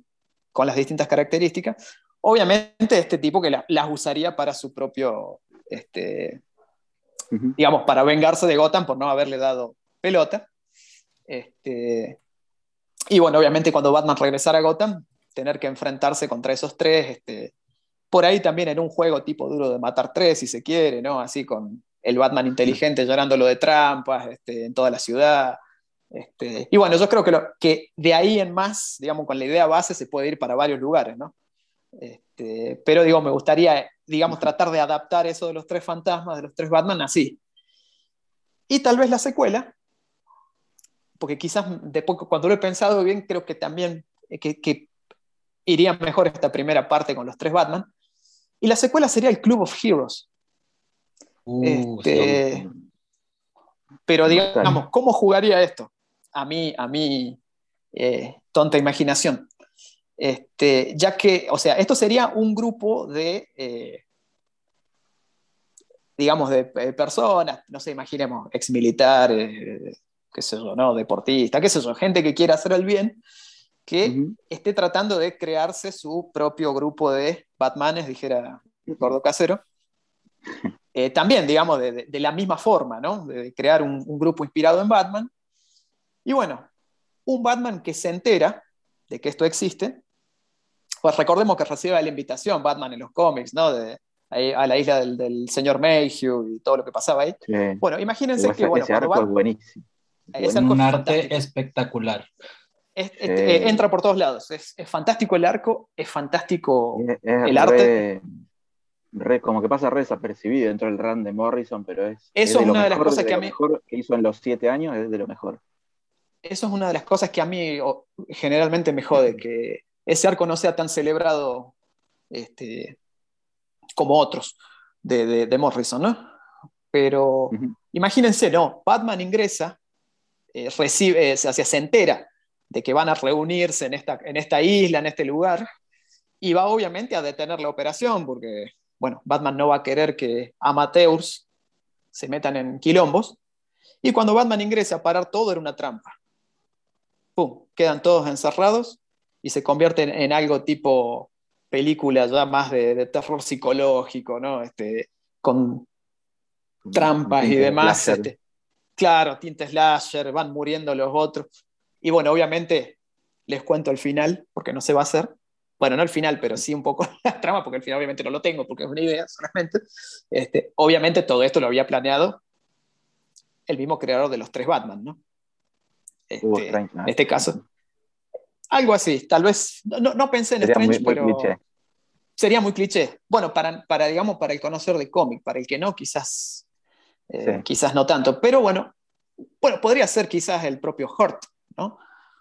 con las distintas características. Obviamente este tipo que la, las usaría para su propio, este, uh-huh. digamos, para vengarse de Gotham por no haberle dado pelota. Este, y bueno, obviamente cuando Batman regresara a Gotham, tener que enfrentarse contra esos tres, este, por ahí también en un juego tipo Duro de Matar tres, si se quiere, ¿no? Así con el Batman inteligente llorándolo de trampas, este, en toda la ciudad. Este, y bueno, yo creo que, lo, que de ahí en más, digamos, con la idea base se puede ir para varios lugares, ¿no? Este, pero digo, me gustaría, digamos, tratar de adaptar eso de los tres fantasmas, de los tres Batman, así. Y tal vez la secuela, porque quizás después, cuando lo he pensado bien, creo que también que, que iría mejor esta primera parte con los tres Batman. Y la secuela sería el Club of Heroes. Uh, este, sí. Pero digamos, ¿cómo jugaría esto? A mí, a mí eh, tonta imaginación. Este, ya que, o sea, esto sería un grupo de, eh, digamos, de, de personas, no sé, imaginemos, exmilitares, eh, qué sé yo, ¿no? Deportistas, qué sé yo, gente que quiera hacer el bien, que uh-huh. esté tratando de crearse su propio grupo de Batmanes, dijera el gordo casero. Eh, también, digamos, de, de, de la misma forma, ¿no? De crear un, un grupo inspirado en Batman. Y bueno, un Batman que se entera de que esto existe, pues recordemos que recibe la invitación Batman en los cómics, ¿no? De, a la isla del, del señor Mayhew y todo lo que pasaba ahí. Sí. Bueno, imagínense ese, que, bueno, ese arco Batman, es buenísimo. Ese arco un es arte fantástico. espectacular. Es, es, eh, entra por todos lados. Es, es fantástico el arco, es fantástico es, es el re, arte. Re, como que pasa re desapercibido dentro del run de Morrison, pero es, eso es de es lo una mejor, de las cosas de que a lo mí mejor que hizo en los siete años, es de lo mejor. Eso es una de las cosas que a mí o, generalmente me jode, que ese arco no sea tan celebrado este, como otros de, de, de Morrison, ¿no? Pero uh-huh. imagínense, ¿no? Batman ingresa, eh, recibe, se, se entera de que van a reunirse en esta, en esta isla, en este lugar, y va obviamente a detener la operación, porque, bueno, Batman no va a querer que amateurs se metan en quilombos, y cuando Batman ingresa a parar todo era una trampa. Pum, quedan todos encerrados y se convierte en, en algo tipo película ya más de, de terror psicológico, ¿no? Este, con trampas y demás. Este, claro, tinte slasher, van muriendo los otros. Y bueno, obviamente les cuento el final, porque no se va a hacer. Bueno, no el final, pero sí un poco la trama, porque el final obviamente no lo tengo, porque es una idea solamente. Este, obviamente todo esto lo había planeado el mismo creador de los tres Batman, ¿no? Este, uh, Strange, ¿no? En este caso. Algo así, tal vez, no, no pensé en sería Strange, muy, muy pero cliché. Sería muy cliché. Bueno, para, para, digamos, para el conocedor de cómic, para el que no, quizás, eh, sí. quizás no tanto, pero bueno, bueno, podría ser quizás el propio Hurt, ¿no?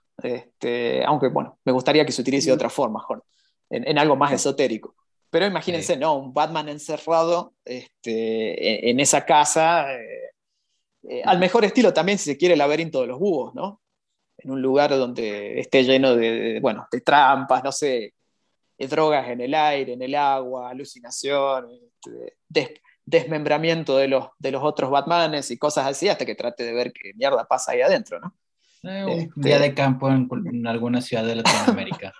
Este, aunque bueno, me gustaría que se utilice de otra forma, Hurt, en, en algo más sí. esotérico. Pero imagínense, sí. ¿no? Un Batman encerrado este, en, en esa casa, eh, eh, al mejor estilo también, si se quiere, el laberinto de los búhos, ¿no? En un lugar donde esté lleno de, de bueno, de trampas, no sé, drogas en el aire, en el agua, alucinación, este, des, desmembramiento de los, de los otros Batmanes y cosas así, hasta que trate de ver qué mierda pasa ahí adentro, ¿no? Eh, un este... día de campo en, en alguna ciudad de Latinoamérica.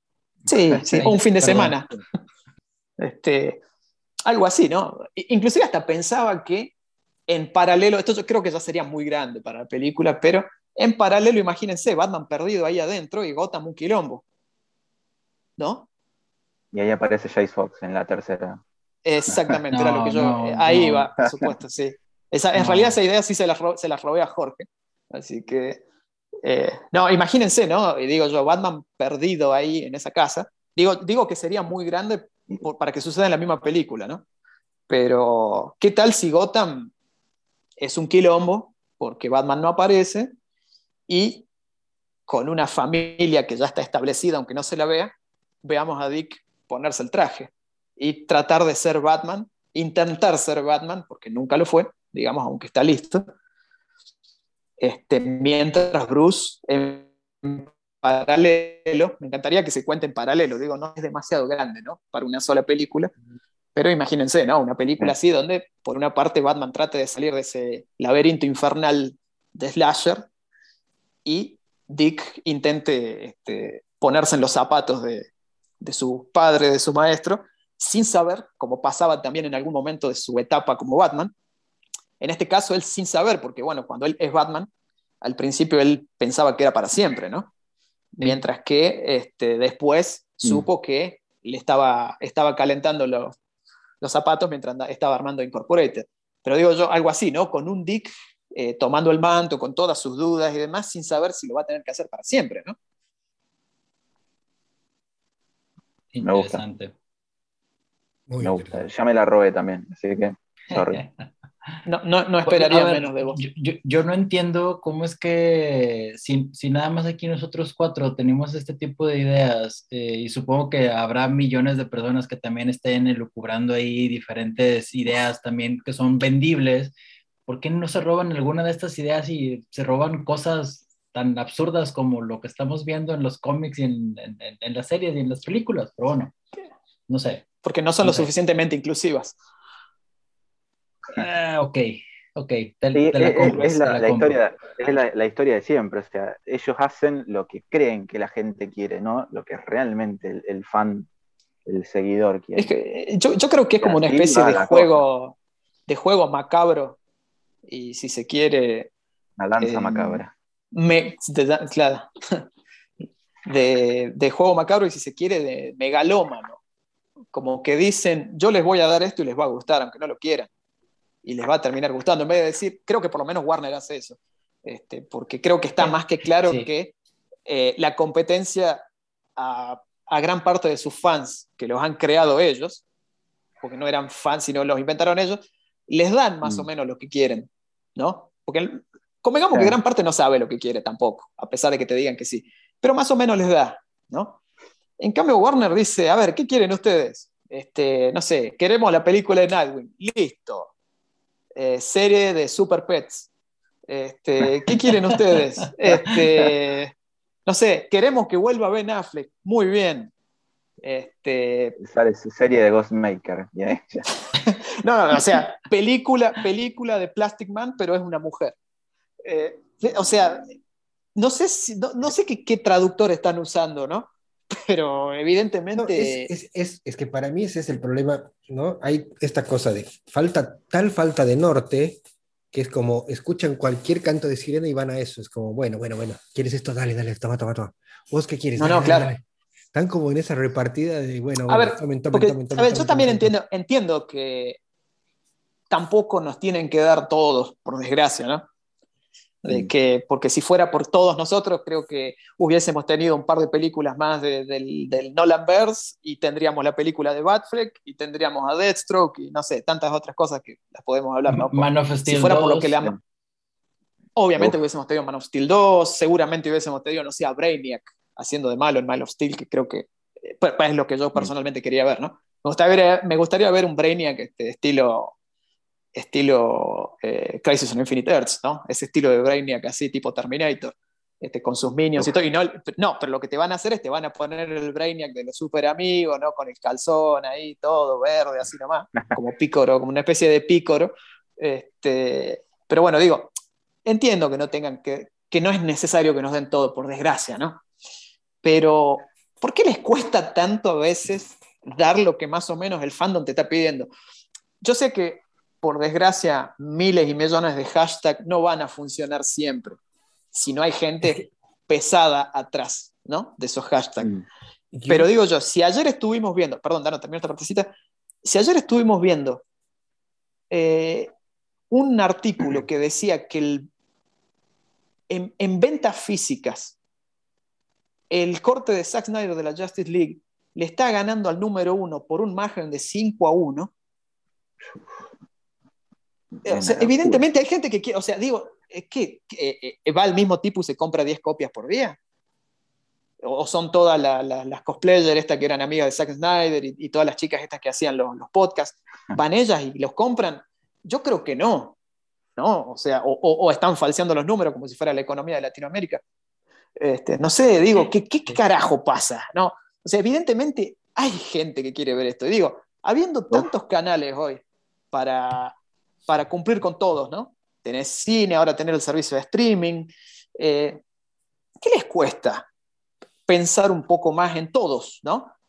Sí, sí, o un fin de Perdón. semana. Este, algo así, ¿no? Inclusive hasta pensaba que en paralelo, esto yo creo que ya sería muy grande para la película, pero en paralelo, imagínense, Batman perdido ahí adentro y Gotham un quilombo, ¿no? Y ahí aparece Jace Fox en la tercera. Exactamente, no, era lo que yo... No, ahí no. va, por supuesto, sí. Esa, en no. realidad esa idea sí se la, se la robé a Jorge. Así que... Eh, no, imagínense, ¿no? Y digo yo, Batman perdido ahí en esa casa. Digo, digo que sería muy grande por, para que suceda en la misma película, ¿no? Pero, ¿qué tal si Gotham es un quilombo? Porque Batman no aparece y con una familia que ya está establecida, aunque no se la vea, veamos a Dick ponerse el traje y tratar de ser Batman, intentar ser Batman, porque nunca lo fue, digamos, aunque está listo, este, mientras Bruce en paralelo, me encantaría que se cuente en paralelo, digo, no es demasiado grande, ¿no? Para una sola película, pero imagínense, ¿no? Una película así donde, por una parte, Batman trate de salir de ese laberinto infernal de slasher y Dick intente este, ponerse en los zapatos de, de su padre, de su maestro, sin saber, como pasaba también en algún momento de su etapa como Batman. En este caso, él sin saber, porque bueno, cuando él es Batman, al principio él pensaba que era para siempre, ¿no? Mientras que este, después Mm. supo que le estaba, estaba calentando los, los zapatos mientras anda- estaba armando Incorporated. Pero digo yo, algo así, ¿no? Con un Dick eh, tomando el manto, con todas sus dudas y demás, sin saber si lo va a tener que hacer para siempre, ¿no? Me gusta, Interesante. Muy me gusta. interesante. Ya me la robé también, así que, sorry. No, no, no A esperaría ver, menos de vos. yo, yo- yo no entiendo cómo es que si, si nada más aquí nosotros cuatro tenemos este tipo de ideas, eh, y supongo que habrá millones de personas que también estén elucubrando ahí diferentes ideas también que son vendibles, ¿por qué no se roban alguna de estas ideas y se roban cosas tan absurdas como lo que estamos viendo en los cómics y en, en- en- en las series y en las películas? Pero bueno, no sé, Porque no son no lo sé. suficientemente inclusivas. Ah, ok, ok, te, Sí, te la es, compro, es te la, la la compro. historia, es la, la historia de siempre, o sea, ellos hacen lo que creen que la gente quiere, ¿no? Lo que realmente el, el fan, el seguidor Es quiere. que, eh, yo, yo creo que es Y como una así especie va de la cosa, juego, de juego macabro y si se quiere, una lanza eh, macabra. me- de, claro, de, de juego macabro y si se quiere, de megalómano. Como que dicen, yo les voy a dar esto y les va a gustar, aunque no lo quieran. Y les va a terminar gustando. En vez de decir, creo que por lo menos Warner hace eso. Este, porque creo que está más que claro Sí. que eh, la competencia a, a gran parte de sus fans, que los han creado ellos, porque no eran fans, sino los inventaron ellos, les dan más Mm. o menos lo que quieren, ¿no? Porque convengamos Sí. que gran parte no sabe lo que quiere tampoco, a pesar de que te digan que sí, pero más o menos les da, ¿no? En cambio, Warner dice, a ver, ¿qué quieren ustedes? Este, no sé, queremos la película de Nightwing, listo. Eh, serie de Super Pets. Este, ¿qué quieren ustedes? Este, no sé, queremos que vuelva Ben Affleck, muy bien. Este, Sale su serie de Ghostmaker. Y ahí ya. no, no, no, o sea, película, película de Plastic Man, pero es una mujer. Eh, o sea, no sé, si, no, no sé qué, qué traductor están usando, ¿no? Pero No, es, evidentemente... es, es, es que para mí ese es el problema, ¿no? Hay esta cosa de falta, tal falta de norte, que es como escuchan cualquier canto de sirena y van a eso. Es como, bueno, bueno, bueno, ¿quieres esto? Dale, dale, toma, toma, toma. ¿Vos qué quieres? No, Dale, no, dale, claro. dale. Están como en esa repartida de, bueno, A bueno, ver, tomen, tomen, porque, tomen, a tomen, ver, yo tomen, también tomen, tomen. entiendo, entiendo que tampoco nos tienen que dar todos, por desgracia, ¿no? De Mm. que, porque si fuera por todos nosotros, creo que hubiésemos tenido un par de películas más de, del, del Nolanverse y tendríamos la película de Batfleck y tendríamos a Deathstroke y no sé, tantas otras cosas que las podemos hablar, ¿no? Por, Man of si Steel fuera por lo que le dos. ama. Obviamente Uf. hubiésemos tenido Man of Steel dos, seguramente hubiésemos tenido, no sé, a Brainiac haciendo de malo en Man of Steel, que creo que eh, pues, es lo que yo personalmente quería ver, ¿no? Me gustaría ver, me gustaría ver un Brainiac este, estilo estilo eh, Crisis on Infinite Earths, ¿no? Ese estilo de Brainiac así, tipo Terminator, este, con sus minions Uf. y todo. Y no, no, pero lo que te van a hacer es te van a poner el Brainiac de los super amigos, ¿no? Con el calzón ahí, todo verde, así nomás, como pícoro, como una especie de pícoro. Este, pero bueno, digo, entiendo que no tengan que, que no es necesario que nos den todo, por desgracia, ¿no? Pero, ¿por qué les cuesta tanto a veces dar lo que más o menos el fandom te está pidiendo? Yo sé que por desgracia, miles y millones de hashtags no van a funcionar siempre si no hay gente Es que pesada atrás, ¿no? De esos hashtags. Mm. Pero yo, digo yo, si ayer estuvimos viendo, perdón, Dano, termino esta partecita, si ayer estuvimos viendo eh, un artículo que decía que el, en, en ventas físicas el corte de Zack Snyder de la Justice League le está ganando al número uno por un margen de cinco a uno, o sea, evidentemente hay gente que quiere, o sea, digo, es que eh, eh, va al mismo tipo y se compra diez copias por día. O son todas la, la, las cosplayers estas que eran amigas de Zack Snyder y, y todas las chicas estas que hacían los, los podcasts, van ellas y los compran. Yo creo que no, ¿no? O sea, o, o, o están falseando los números como si fuera la economía de Latinoamérica. Este, no sé, digo, ¿qué, qué carajo pasa? ¿No? O sea, evidentemente hay gente que quiere ver esto. Y digo, habiendo tantos canales hoy para, para cumplir con todos, ¿no? Tenés cine, ahora tener el servicio de streaming. Eh, ¿Qué les cuesta pensar un poco más en todos, ¿no?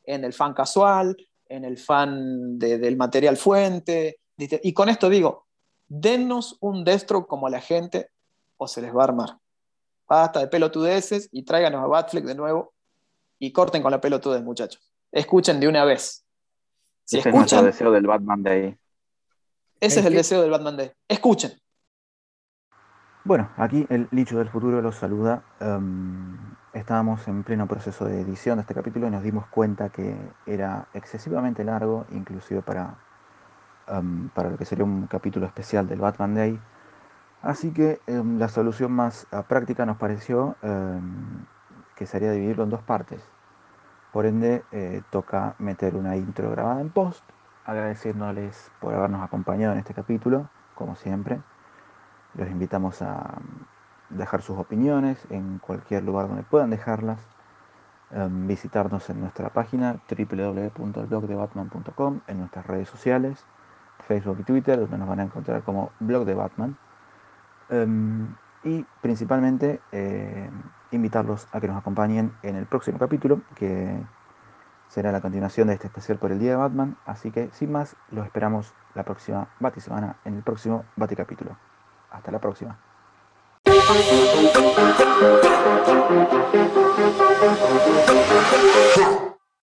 en el fan casual, en el fan de, del material fuente. Y con esto digo, dennos un Deathstroke como la gente o se les va a armar. Basta de pelotudeces y tráiganos a Batfleck de nuevo y corten con la pelotudez, muchachos. Escuchen de una vez. Si Ese escuchan, es nuestro deseo del Batman Day. Ese Es es el que- deseo del Batman Day. Escuchen. Bueno, aquí el Licho del futuro los saluda. Um, estábamos en pleno proceso de edición de este capítulo y nos dimos cuenta que era excesivamente largo, inclusive para, um, para lo que sería un capítulo especial del Batman Day. Así que um, la solución más uh, práctica nos pareció um, que sería dividirlo en dos partes. Por ende, eh, toca meter una intro grabada en post, agradeciéndoles por habernos acompañado en este capítulo, como siempre. Los invitamos a dejar sus opiniones en cualquier lugar donde puedan dejarlas. Um, visitarnos en nuestra página doble u doble u doble u punto el blog de batman punto com, en nuestras redes sociales, Facebook y Twitter, donde nos van a encontrar como Blog de Batman. Um, y principalmente eh, invitarlos a que nos acompañen en el próximo capítulo, que será la continuación de este especial por el Día de Batman. Así que, sin más, los esperamos la próxima Batisemana en el próximo Baticapítulo. Hasta la próxima. Thank you.